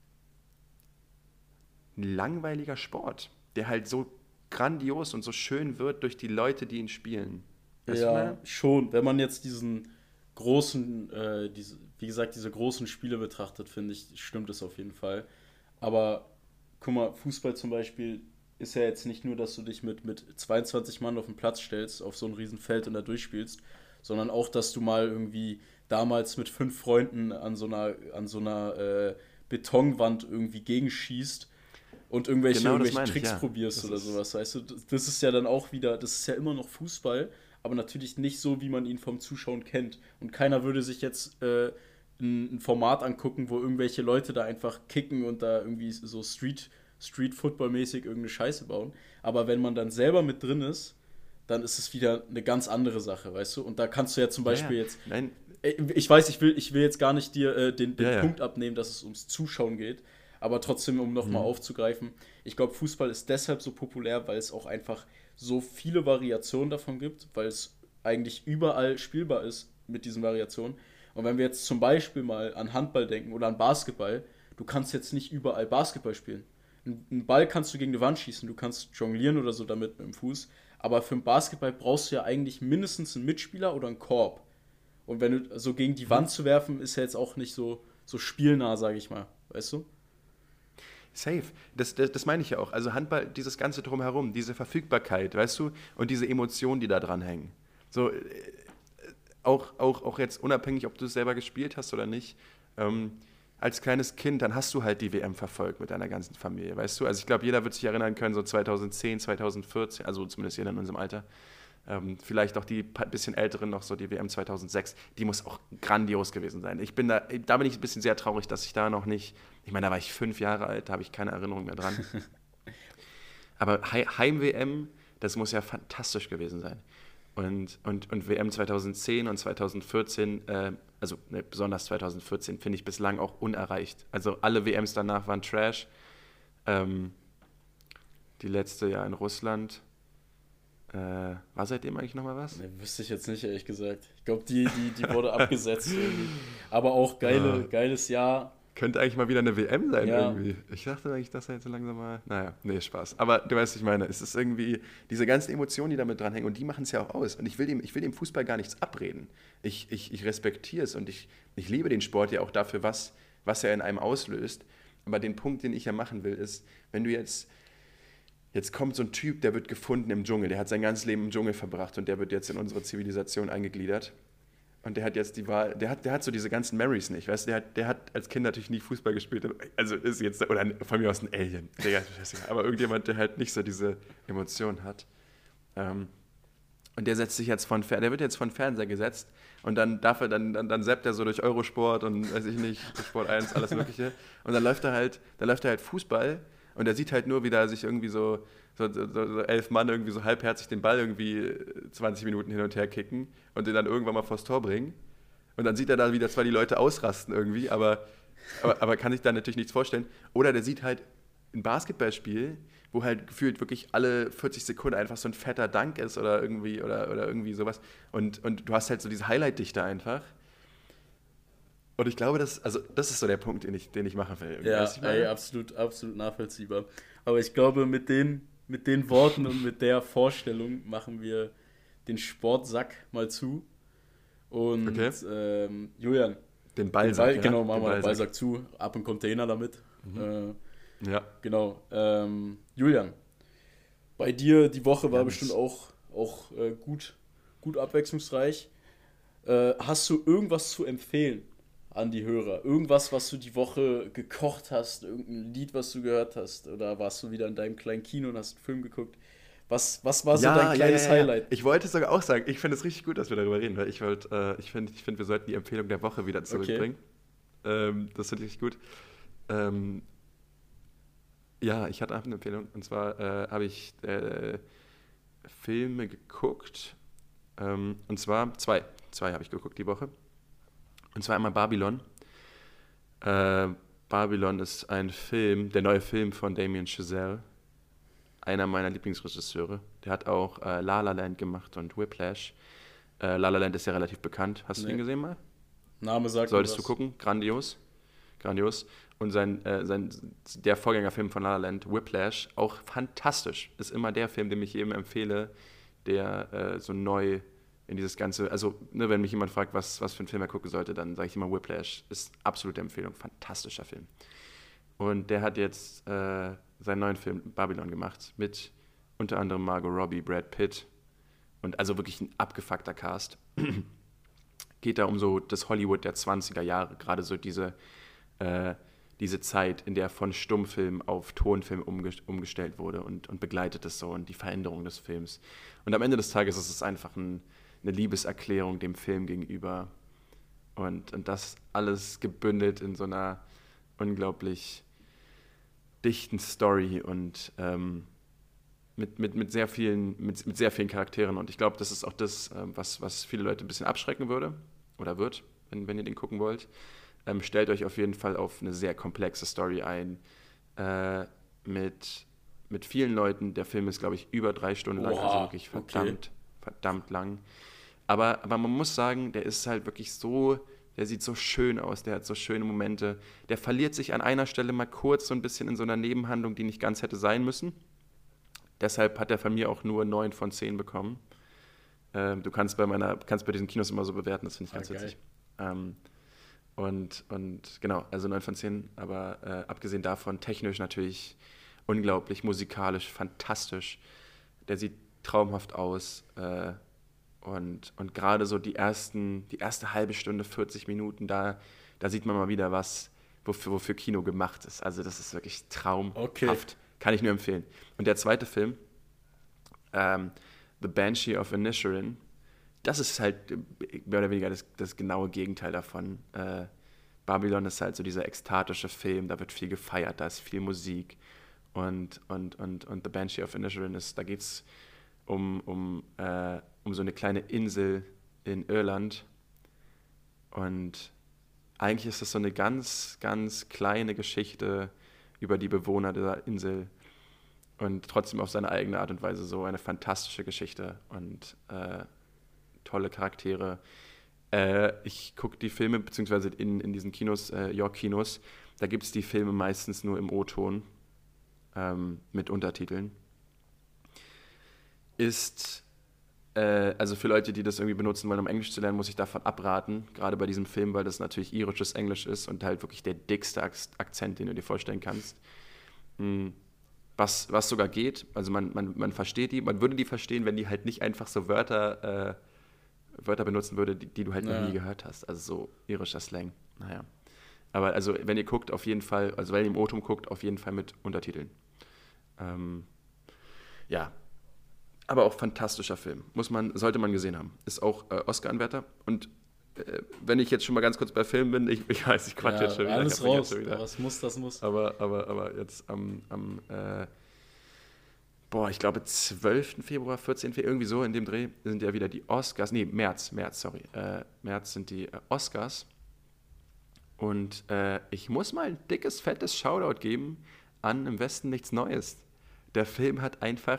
ein langweiliger Sport, der halt so grandios und so schön wird durch die Leute, die ihn spielen. Weißt du, was ich Ja, meine? schon. Wenn man jetzt diesen großen, wie gesagt, diese großen Spiele betrachtet, finde ich, stimmt es auf jeden Fall. Aber guck mal, Fußball zum Beispiel ist ja jetzt nicht nur, dass du dich mit 22 Mann auf den Platz stellst, auf so ein Riesenfeld und da durchspielst, sondern auch, dass du mal irgendwie damals mit 5 Freunden an so einer Betonwand irgendwie gegenschießt und Genau das irgendwelche meine ich, Tricks ja. probierst Das oder ist, sowas, weißt du? Das ist ja dann auch wieder, das ist ja immer noch Fußball, aber natürlich nicht so, wie man ihn vom Zuschauen kennt. Und keiner würde sich jetzt ein Format angucken, wo irgendwelche Leute da einfach kicken und da irgendwie so Street-Football-mäßig irgendeine Scheiße bauen. Aber wenn man dann selber mit drin ist, dann ist es wieder eine ganz andere Sache, weißt du? Und da kannst du ja zum ja, ja, Beispiel jetzt nein, ich weiß, ich will jetzt gar nicht dir den ja, ja. Punkt abnehmen, dass es ums Zuschauen geht, aber trotzdem, um nochmal Mhm. aufzugreifen, ich glaube, Fußball ist deshalb so populär, weil es auch einfach so viele Variationen davon gibt, weil es eigentlich überall spielbar ist mit diesen Variationen. Und wenn wir jetzt zum Beispiel mal an Handball denken oder an Basketball, du kannst jetzt nicht überall Basketball spielen. Einen Ball kannst du gegen die Wand schießen, du kannst jonglieren oder so damit mit dem Fuß, aber für einen Basketball brauchst du ja eigentlich mindestens einen Mitspieler oder einen Korb. Und wenn du so gegen die Wand zu werfen, ist ja jetzt auch nicht so spielnah, sage ich mal. Weißt du? Safe. Das meine ich ja auch. Also Handball, dieses Ganze drumherum, diese Verfügbarkeit, weißt du, und diese Emotionen, die da dran hängen. So, auch jetzt unabhängig, ob du es selber gespielt hast oder nicht, als kleines Kind, dann hast du halt die WM verfolgt mit deiner ganzen Familie, weißt du? Also ich glaube, jeder wird sich erinnern können, so 2010, 2014, also zumindest jeder in unserem Alter, vielleicht auch die bisschen älteren noch so die WM 2006, die muss auch grandios gewesen sein. Da bin ich ein bisschen sehr traurig, dass ich da noch nicht, ich meine, da war ich 5 Jahre alt, da habe ich keine Erinnerung mehr dran. Aber Heim-WM, das muss ja fantastisch gewesen sein. Und WM 2010 und 2014, besonders 2014, finde ich bislang auch unerreicht. Also alle WMs danach waren Trash. Die letzte ja in Russland. War seitdem eigentlich nochmal was? Ne, wüsste ich jetzt nicht, ehrlich gesagt. Ich glaube, die wurde abgesetzt irgendwie. Aber auch geiles Jahr. Könnte eigentlich mal wieder eine WM sein Ja. irgendwie. Ich dachte eigentlich, dass er jetzt so langsam mal... Naja, nee, Spaß. Aber du weißt, was ich meine. Es ist irgendwie diese ganzen Emotionen, die damit dranhängen und die machen es ja auch aus. Und ich will dem Fußball gar nichts abreden. Ich respektiere es und ich liebe den Sport ja auch dafür, was er in einem auslöst. Aber den Punkt, den ich ja machen will, ist, wenn du jetzt kommt so ein Typ, der wird gefunden im Dschungel, der hat sein ganzes Leben im Dschungel verbracht und der wird jetzt in unsere Zivilisation eingegliedert. Und der hat jetzt die Wahl, der hat so diese ganzen Marys nicht, weißt du, der hat als Kind natürlich nie Fußball gespielt, also ist jetzt, oder von mir aus ein Alien, aber irgendjemand, der halt nicht so diese Emotionen hat. Und der setzt sich jetzt der wird jetzt von Fernseher gesetzt und dann dann zappt er so durch Eurosport und weiß ich nicht, Sport 1, alles mögliche. Und dann läuft er halt Fußball und er sieht halt nur, wie da sich irgendwie so 11 Mann irgendwie so halbherzig den Ball irgendwie 20 Minuten hin und her kicken und den dann irgendwann mal vors Tor bringen. Und dann sieht er da wieder zwar die Leute ausrasten irgendwie, aber kann sich da natürlich nichts vorstellen. Oder der sieht halt ein Basketballspiel, wo halt gefühlt wirklich alle 40 Sekunden einfach so ein fetter Dank ist oder irgendwie sowas. Und du hast halt so diese Highlight-Dichte einfach. Und ich glaube, das ist so der Punkt, den ich machen will. Ja, Weißt du, was ich meine? absolut nachvollziehbar. Aber ich glaube, mit den Worten und mit der Vorstellung machen wir den Sportsack mal zu. Und Okay. Julian, Den Ballsack. genau, ja, machen wir den Ballsack. Ballsack zu, ab in Container damit. Ja. Genau. Julian, bei dir die Woche war Ganz. bestimmt auch gut abwechslungsreich. Hast du irgendwas zu empfehlen an die Hörer? Irgendwas, was du die Woche gekocht hast? Irgendein Lied, was du gehört hast? Oder warst du wieder in deinem kleinen Kino und hast einen Film geguckt? Was war so dein kleines Highlight? Ich wollte es sogar auch sagen. Ich finde es richtig gut, dass wir darüber reden, weil ich finde, wir sollten die Empfehlung der Woche wieder zurückbringen. Das finde ich richtig gut. Ja, ich hatte eine Empfehlung. Und zwar habe ich Filme geguckt. Und zwar zwei habe ich geguckt die Woche. Und zwar einmal Babylon. Babylon ist ein Film, der neue Film von Damien Chazelle. Einer meiner Lieblingsregisseure. Der hat auch La La Land gemacht und Whiplash. La La Land ist ja relativ bekannt. Hast du Nee. den gesehen mal? Name sagt mir Solltest was. du gucken. Grandios. Und der Vorgängerfilm von La La Land, Whiplash, auch fantastisch. Ist immer der Film, den ich jedem empfehle, der so neu in dieses Ganze, also wenn mich jemand fragt, was für einen Film er gucken sollte, dann sage ich immer Whiplash. Ist absolute Empfehlung. Fantastischer Film. Und der hat jetzt seinen neuen Film Babylon gemacht mit unter anderem Margot Robbie, Brad Pitt und also wirklich ein abgefuckter Cast. Geht da um so das Hollywood der 20er Jahre, gerade so diese Zeit, in der von Stummfilm auf Tonfilm umgestellt wurde und begleitet es so und die Veränderung des Films. Und am Ende des Tages ist es einfach eine Liebeserklärung dem Film gegenüber und das alles gebündelt in so einer unglaublich dichten Story und mit sehr vielen Charakteren. Und ich glaube, das ist auch das, was viele Leute ein bisschen abschrecken würde oder wird, wenn ihr den gucken wollt. Stellt euch auf jeden Fall auf eine sehr komplexe Story ein, mit vielen Leuten. Der Film ist, glaube ich, über 3 Stunden lang, also wirklich verdammt lang. Aber man muss sagen, der ist halt wirklich so, der sieht so schön aus, der hat so schöne Momente. Der verliert sich an einer Stelle mal kurz so ein bisschen in so einer Nebenhandlung, die nicht ganz hätte sein müssen. Deshalb hat er von mir auch nur 9 von 10 bekommen. Du kannst bei diesen Kinos immer so bewerten, das finde ich ganz witzig. Und genau, also 9 von 10, aber abgesehen davon, technisch natürlich unglaublich, musikalisch fantastisch. Der sieht traumhaft aus und gerade so die erste halbe Stunde, 40 Minuten, da sieht man mal wieder wofür Kino gemacht ist. Also das ist wirklich traumhaft. Okay. Kann ich nur empfehlen. Und der zweite Film, The Banshee of Inisherin, das ist halt mehr oder weniger das genaue Gegenteil davon. Babylon ist halt so dieser ekstatische Film, da wird viel gefeiert, da ist viel Musik. Und The Banshee of Inisherin da geht es um so eine kleine Insel in Irland. Und eigentlich ist das so eine ganz, ganz kleine Geschichte über die Bewohner dieser Insel. Und trotzdem auf seine eigene Art und Weise so eine fantastische Geschichte und tolle Charaktere. Ich gucke die Filme, beziehungsweise in diesen Kinos, York-Kinos, da gibt es die Filme meistens nur im O-Ton mit Untertiteln. Also für Leute, die das irgendwie benutzen wollen, um Englisch zu lernen, muss ich davon abraten, gerade bei diesem Film, weil das natürlich irisches Englisch ist und halt wirklich der dickste Akzent, den du dir vorstellen kannst. Was sogar geht, also man versteht die, man würde die verstehen, wenn die halt nicht einfach so Wörter benutzen würde, die du halt noch nie gehört hast. Also so irischer Slang. Naja. Aber also wenn ihr guckt, auf jeden Fall, also wenn ihr im O-Ton guckt, auf jeden Fall mit Untertiteln. Ja. Aber auch fantastischer Film. Sollte man gesehen haben. Ist auch Oscar-Anwärter. Und wenn ich jetzt schon mal ganz kurz bei Filmen bin, ich weiß, ich quatsche jetzt schon wieder. Alles raus, was muss, das muss. Aber jetzt ich glaube 12. Februar, 14. Februar, irgendwie so in dem Dreh sind ja wieder die Oscars. Nee, März, sorry. März sind die Oscars. Und ich muss mal ein dickes, fettes Shoutout geben an Im Westen nichts Neues. Der Film hat einfach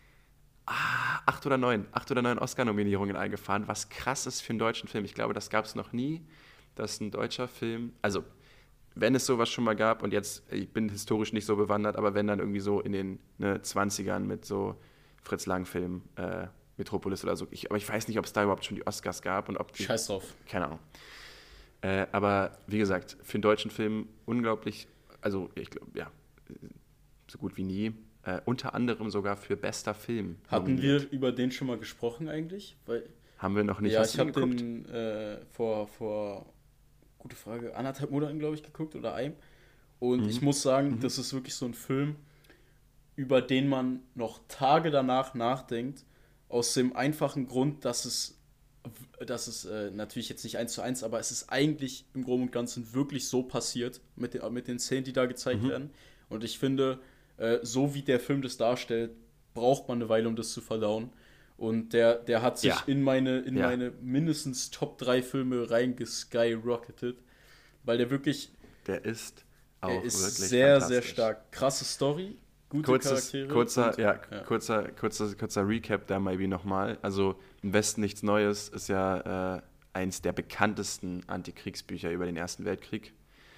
8 oder 9 Oscar-Nominierungen eingefahren, was krass ist für einen deutschen Film. Ich glaube, das gab es noch nie, dass ein deutscher Film, also wenn es sowas schon mal gab und jetzt, ich bin historisch nicht so bewandert, aber wenn dann irgendwie so in den 20ern mit so Fritz Lang-Filmen, Metropolis oder so, aber ich weiß nicht, ob es da überhaupt schon die Oscars gab und ob Scheiß drauf. Keine Ahnung. Aber wie gesagt, für einen deutschen Film unglaublich, also ich glaube, ja, so gut wie nie. Unter anderem sogar für bester Film. Hatten wir über den schon mal gesprochen eigentlich? Haben wir noch nicht. Ja, ich habe den vor, gute Frage, 1,5 Monaten, glaube ich, geguckt oder einem. Und ich muss sagen, das ist wirklich so ein Film, über den man noch Tage danach nachdenkt, aus dem einfachen Grund, dass es natürlich jetzt nicht 1:1, aber es ist eigentlich im Groben und Ganzen wirklich so passiert mit den Szenen, die da gezeigt werden. Und ich finde, so wie der Film das darstellt, braucht man eine Weile, um das zu verdauen. Und der hat sich in meine mindestens Top 3 Filme reingeskyrocketet, weil der wirklich... Der ist auch wirklich sehr, sehr stark. Krasse Story, gute Charaktere. Kurzer Recap da maybe nochmal. Also Im Westen nichts Neues ist ja eins der bekanntesten Antikriegsbücher über den Ersten Weltkrieg.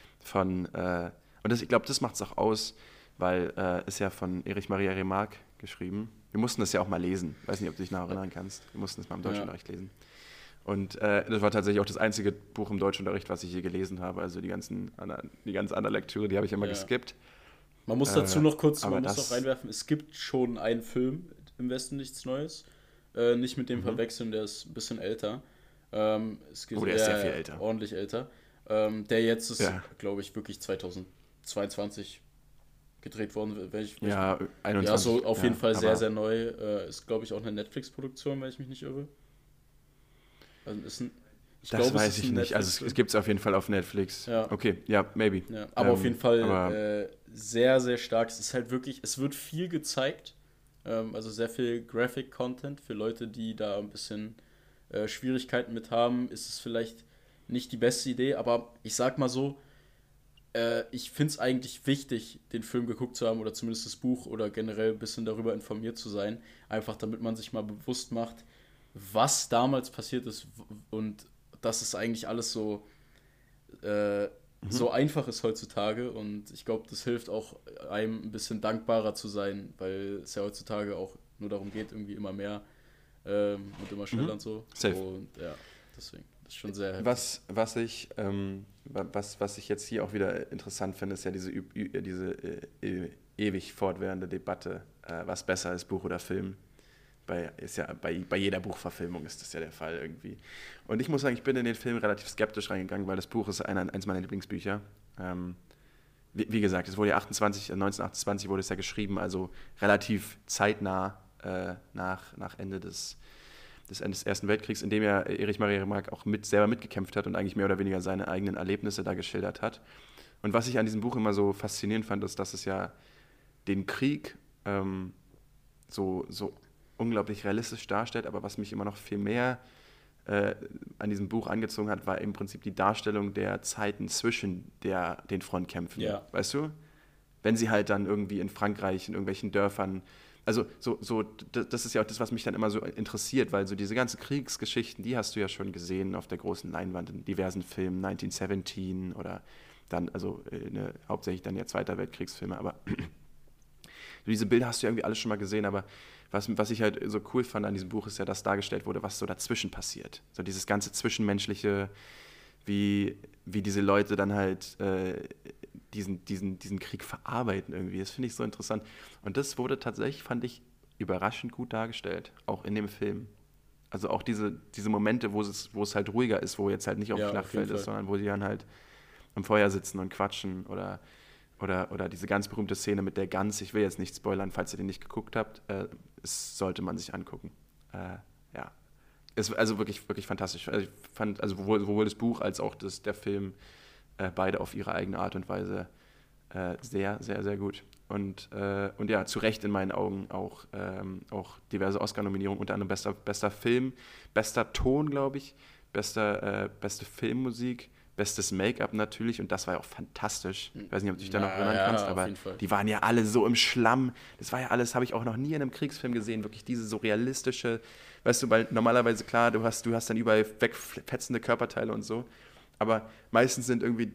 Ich glaube, das macht es auch aus, weil ist ja von Erich Maria Remarque geschrieben. Wir mussten das ja auch mal lesen. Ich weiß nicht, ob du dich noch erinnern kannst. Wir mussten das mal im Deutschunterricht lesen. Und das war tatsächlich auch das einzige Buch im Deutschunterricht, was ich je gelesen habe. Also die ganze andere Lektüre, die habe ich immer geskippt. Man muss dazu noch kurz noch reinwerfen, es gibt schon einen Film, Im Westen nichts Neues. Nicht mit dem verwechseln, der ist ein bisschen älter. Der ist sehr viel älter. Ordentlich älter. Der jetzt ist, glaube ich, wirklich 2022 gedreht worden. 21. Ja, so auf jeden Fall sehr, sehr neu. Ist, glaube ich, auch eine Netflix-Produktion, wenn ich mich nicht irre. Also das weiß ich nicht. Also es gibt es auf jeden Fall auf Netflix. Ja. Okay, ja, maybe. Ja, aber auf jeden Fall sehr, sehr stark. Es ist halt wirklich, es wird viel gezeigt. Also sehr viel Graphic-Content für Leute, die da ein bisschen Schwierigkeiten mit haben. Ist es vielleicht nicht die beste Idee, aber ich sag mal so, ich finde es eigentlich wichtig, den Film geguckt zu haben oder zumindest das Buch oder generell ein bisschen darüber informiert zu sein. Einfach damit man sich mal bewusst macht, was damals passiert ist und dass es eigentlich alles so einfach ist heutzutage. Und ich glaube, das hilft auch einem ein bisschen dankbarer zu sein, weil es ja heutzutage auch nur darum geht, irgendwie immer mehr und immer schneller und so. Safe. Und ja, deswegen, das ist schon sehr heftig. Was ich jetzt hier auch wieder interessant finde, ist ja diese ewig fortwährende Debatte, was besser ist, Buch oder Film. Bei jeder Buchverfilmung ist das ja der Fall irgendwie. Und ich muss sagen, ich bin in den Film relativ skeptisch reingegangen, weil das Buch ist eins meiner Lieblingsbücher. Wie gesagt, es wurde ja 1928 wurde es ja geschrieben, also relativ zeitnah nach Ende des Ersten Weltkriegs, in dem ja Erich Maria Remarque auch selber mitgekämpft hat und eigentlich mehr oder weniger seine eigenen Erlebnisse da geschildert hat. Und was ich an diesem Buch immer so faszinierend fand, ist, dass es ja den Krieg so unglaublich realistisch darstellt, aber was mich immer noch viel mehr an diesem Buch angezogen hat, war im Prinzip die Darstellung der Zeiten zwischen den Frontkämpfen. Ja. Weißt du? Wenn sie halt dann irgendwie in Frankreich, in irgendwelchen Dörfern, also das ist ja auch das, was mich dann immer so interessiert, weil so diese ganzen Kriegsgeschichten, die hast du ja schon gesehen auf der großen Leinwand in diversen Filmen, 1917 oder dann, also hauptsächlich dann ja Zweiter Weltkriegsfilme, aber diese Bilder hast du irgendwie alles schon mal gesehen, aber was ich halt so cool fand an diesem Buch ist ja, dass dargestellt wurde, was so dazwischen passiert. So dieses ganze Zwischenmenschliche, wie diese Leute dann halt diesen Krieg verarbeiten irgendwie. Das finde ich so interessant. Und das wurde tatsächlich, fand ich, überraschend gut dargestellt, auch in dem Film. Also auch diese Momente, wo es halt ruhiger ist, wo jetzt halt nicht auf dem Schlachtfeld ist, sondern wo die dann halt am Feuer sitzen und quatschen oder diese ganz berühmte Szene mit der Gans. Ich will jetzt nicht spoilern, falls ihr den nicht geguckt habt. Es sollte man sich angucken. Ja. Ist also wirklich, wirklich fantastisch. Also ich fand, also sowohl das Buch als auch der Film beide auf ihre eigene Art und Weise sehr, sehr, sehr gut. Und ja, zu Recht in meinen Augen auch diverse Oscar-Nominierungen, unter anderem bester Film, bester Ton, glaube ich, beste Filmmusik, bestes Make-up natürlich, und das war ja auch fantastisch. Ich weiß nicht, ob du dich da noch erinnern kannst, aber die waren ja alle so im Schlamm. Das war ja alles, habe ich auch noch nie in einem Kriegsfilm gesehen, wirklich diese so realistische, weißt du, weil normalerweise, klar, du hast dann überall wegfetzende Körperteile und so, aber meistens sind irgendwie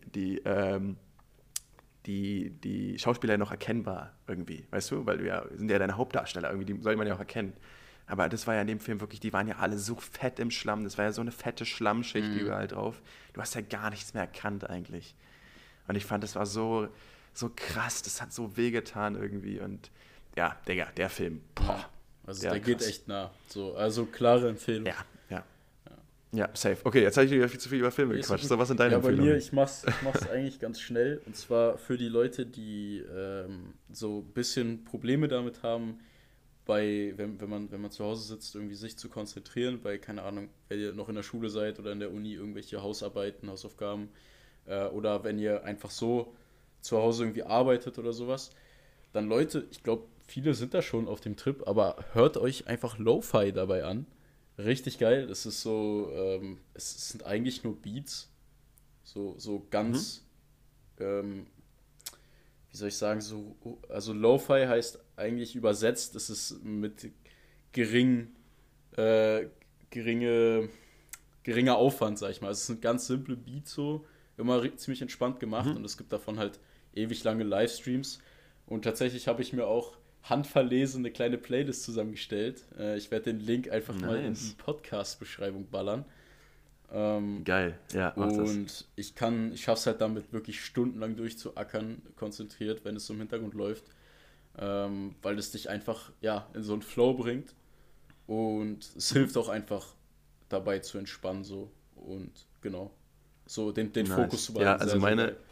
die Schauspieler ja noch erkennbar irgendwie, weißt du, weil sind ja deine Hauptdarsteller, irgendwie, die soll man ja auch erkennen. Aber das war ja in dem Film wirklich, die waren ja alle so fett im Schlamm. Das war ja so eine fette Schlammschicht überall drauf. Du hast ja gar nichts mehr erkannt eigentlich. Und ich fand, das war so krass. Das hat so wehgetan irgendwie. Und ja, Digga, der Film, boah. Also der geht echt nah. So, also klare Empfehlung. Ja, safe. Okay, jetzt habe ich wieder viel zu viel über Filme gequatscht. So, was sind deine Empfehlungen? Bei mir, ich mach's eigentlich ganz schnell. Und zwar für die Leute, die so ein bisschen Probleme damit haben, wenn man zu Hause sitzt, irgendwie sich zu konzentrieren, weil, keine Ahnung, wenn ihr noch in der Schule seid oder in der Uni irgendwelche Hausarbeiten, Hausaufgaben oder wenn ihr einfach so zu Hause irgendwie arbeitet oder sowas, dann Leute, ich glaube, viele sind da schon auf dem Trip, aber hört euch einfach Lo-Fi dabei an. Richtig geil, es ist so, es sind eigentlich nur Beats, so ganz, wie soll ich sagen, also Lo-Fi heißt eigentlich übersetzt, es ist mit geringer Aufwand, sag ich mal. Es sind ganz simple Beats so, immer ziemlich entspannt gemacht und es gibt davon halt ewig lange Livestreams. Und tatsächlich habe ich mir auch handverlesen eine kleine Playlist zusammengestellt. Ich werde den Link einfach mal in die Podcast-Beschreibung ballern. Geil, ja, mach das. Und ich schaffe es halt damit wirklich stundenlang durchzuackern, konzentriert, wenn es so im Hintergrund läuft, weil es dich einfach in so einen Flow bringt und es hilft auch einfach dabei zu entspannen so und genau, so den nice. Fokus zu behalten. Ja, also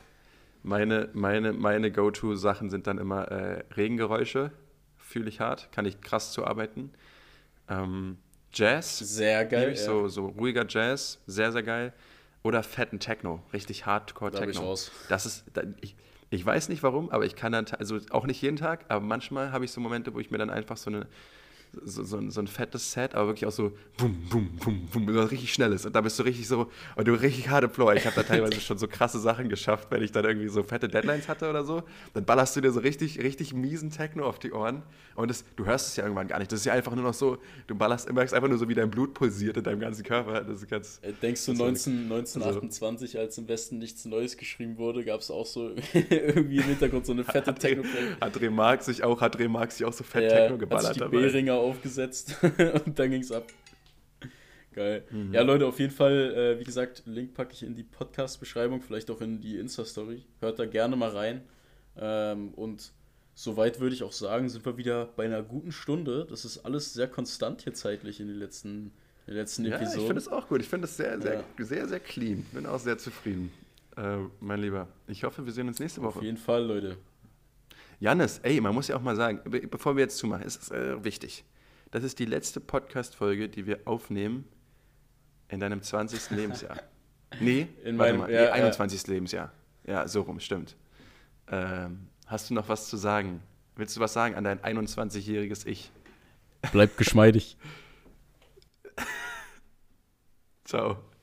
meine Go-To-Sachen sind dann immer Regengeräusche, fühle ich hart, kann ich krass zu arbeiten. Jazz. Sehr geil. Ja. So ruhiger Jazz, sehr, sehr geil. Oder fetten Techno, richtig Hardcore-Techno. Das ist, ich weiß nicht warum, aber ich kann dann, also auch nicht jeden Tag, aber manchmal habe ich so Momente, wo ich mir dann einfach so ein fettes Set, aber wirklich auch so bum, bum, bum, bum, so richtig schnelles. Und da bist du richtig so, und du richtig harte Floor. Ich habe da teilweise schon so krasse Sachen geschafft, wenn ich dann irgendwie so fette Deadlines hatte oder so. Dann ballerst du dir so richtig, richtig miesen Techno auf die Ohren. Und du hörst es ja irgendwann gar nicht. Das ist ja einfach nur noch so, merkst einfach nur so, wie dein Blut pulsiert in deinem ganzen Körper. Das ist ganz, denkst du, 1928, als im Westen nichts Neues geschrieben wurde, gab es auch so irgendwie im Hintergrund so eine fette Techno-Play? Hat Remarque sich auch so fett Techno geballert dabei. Die Beringer aufgesetzt und dann ging's ab. Geil. Ja, Leute, auf jeden Fall, wie gesagt, Link packe ich in die Podcast-Beschreibung, vielleicht auch in die Insta-Story. Hört da gerne mal rein. Und soweit würde ich auch sagen, sind wir wieder bei einer guten Stunde. Das ist alles sehr konstant hier zeitlich in den letzten Ja, Episoden. ich finde es auch gut. Ich finde es sehr, sehr, Ja. sehr, sehr clean. Bin auch sehr zufrieden. Mein Lieber, ich hoffe, wir sehen uns nächste Auf Woche. jeden Fall, Leute. Jannis, ey, man muss ja auch mal sagen, bevor wir jetzt zumachen, ist es wichtig. Das ist die letzte Podcast-Folge, die wir aufnehmen in deinem 20. Lebensjahr. Nee, In warte meinem- mal, ja, nee, 21. Lebensjahr. Ja, so rum, stimmt. Hast du noch was zu sagen? Willst du was sagen an dein 21-jähriges Ich? Bleibt geschmeidig. Ciao.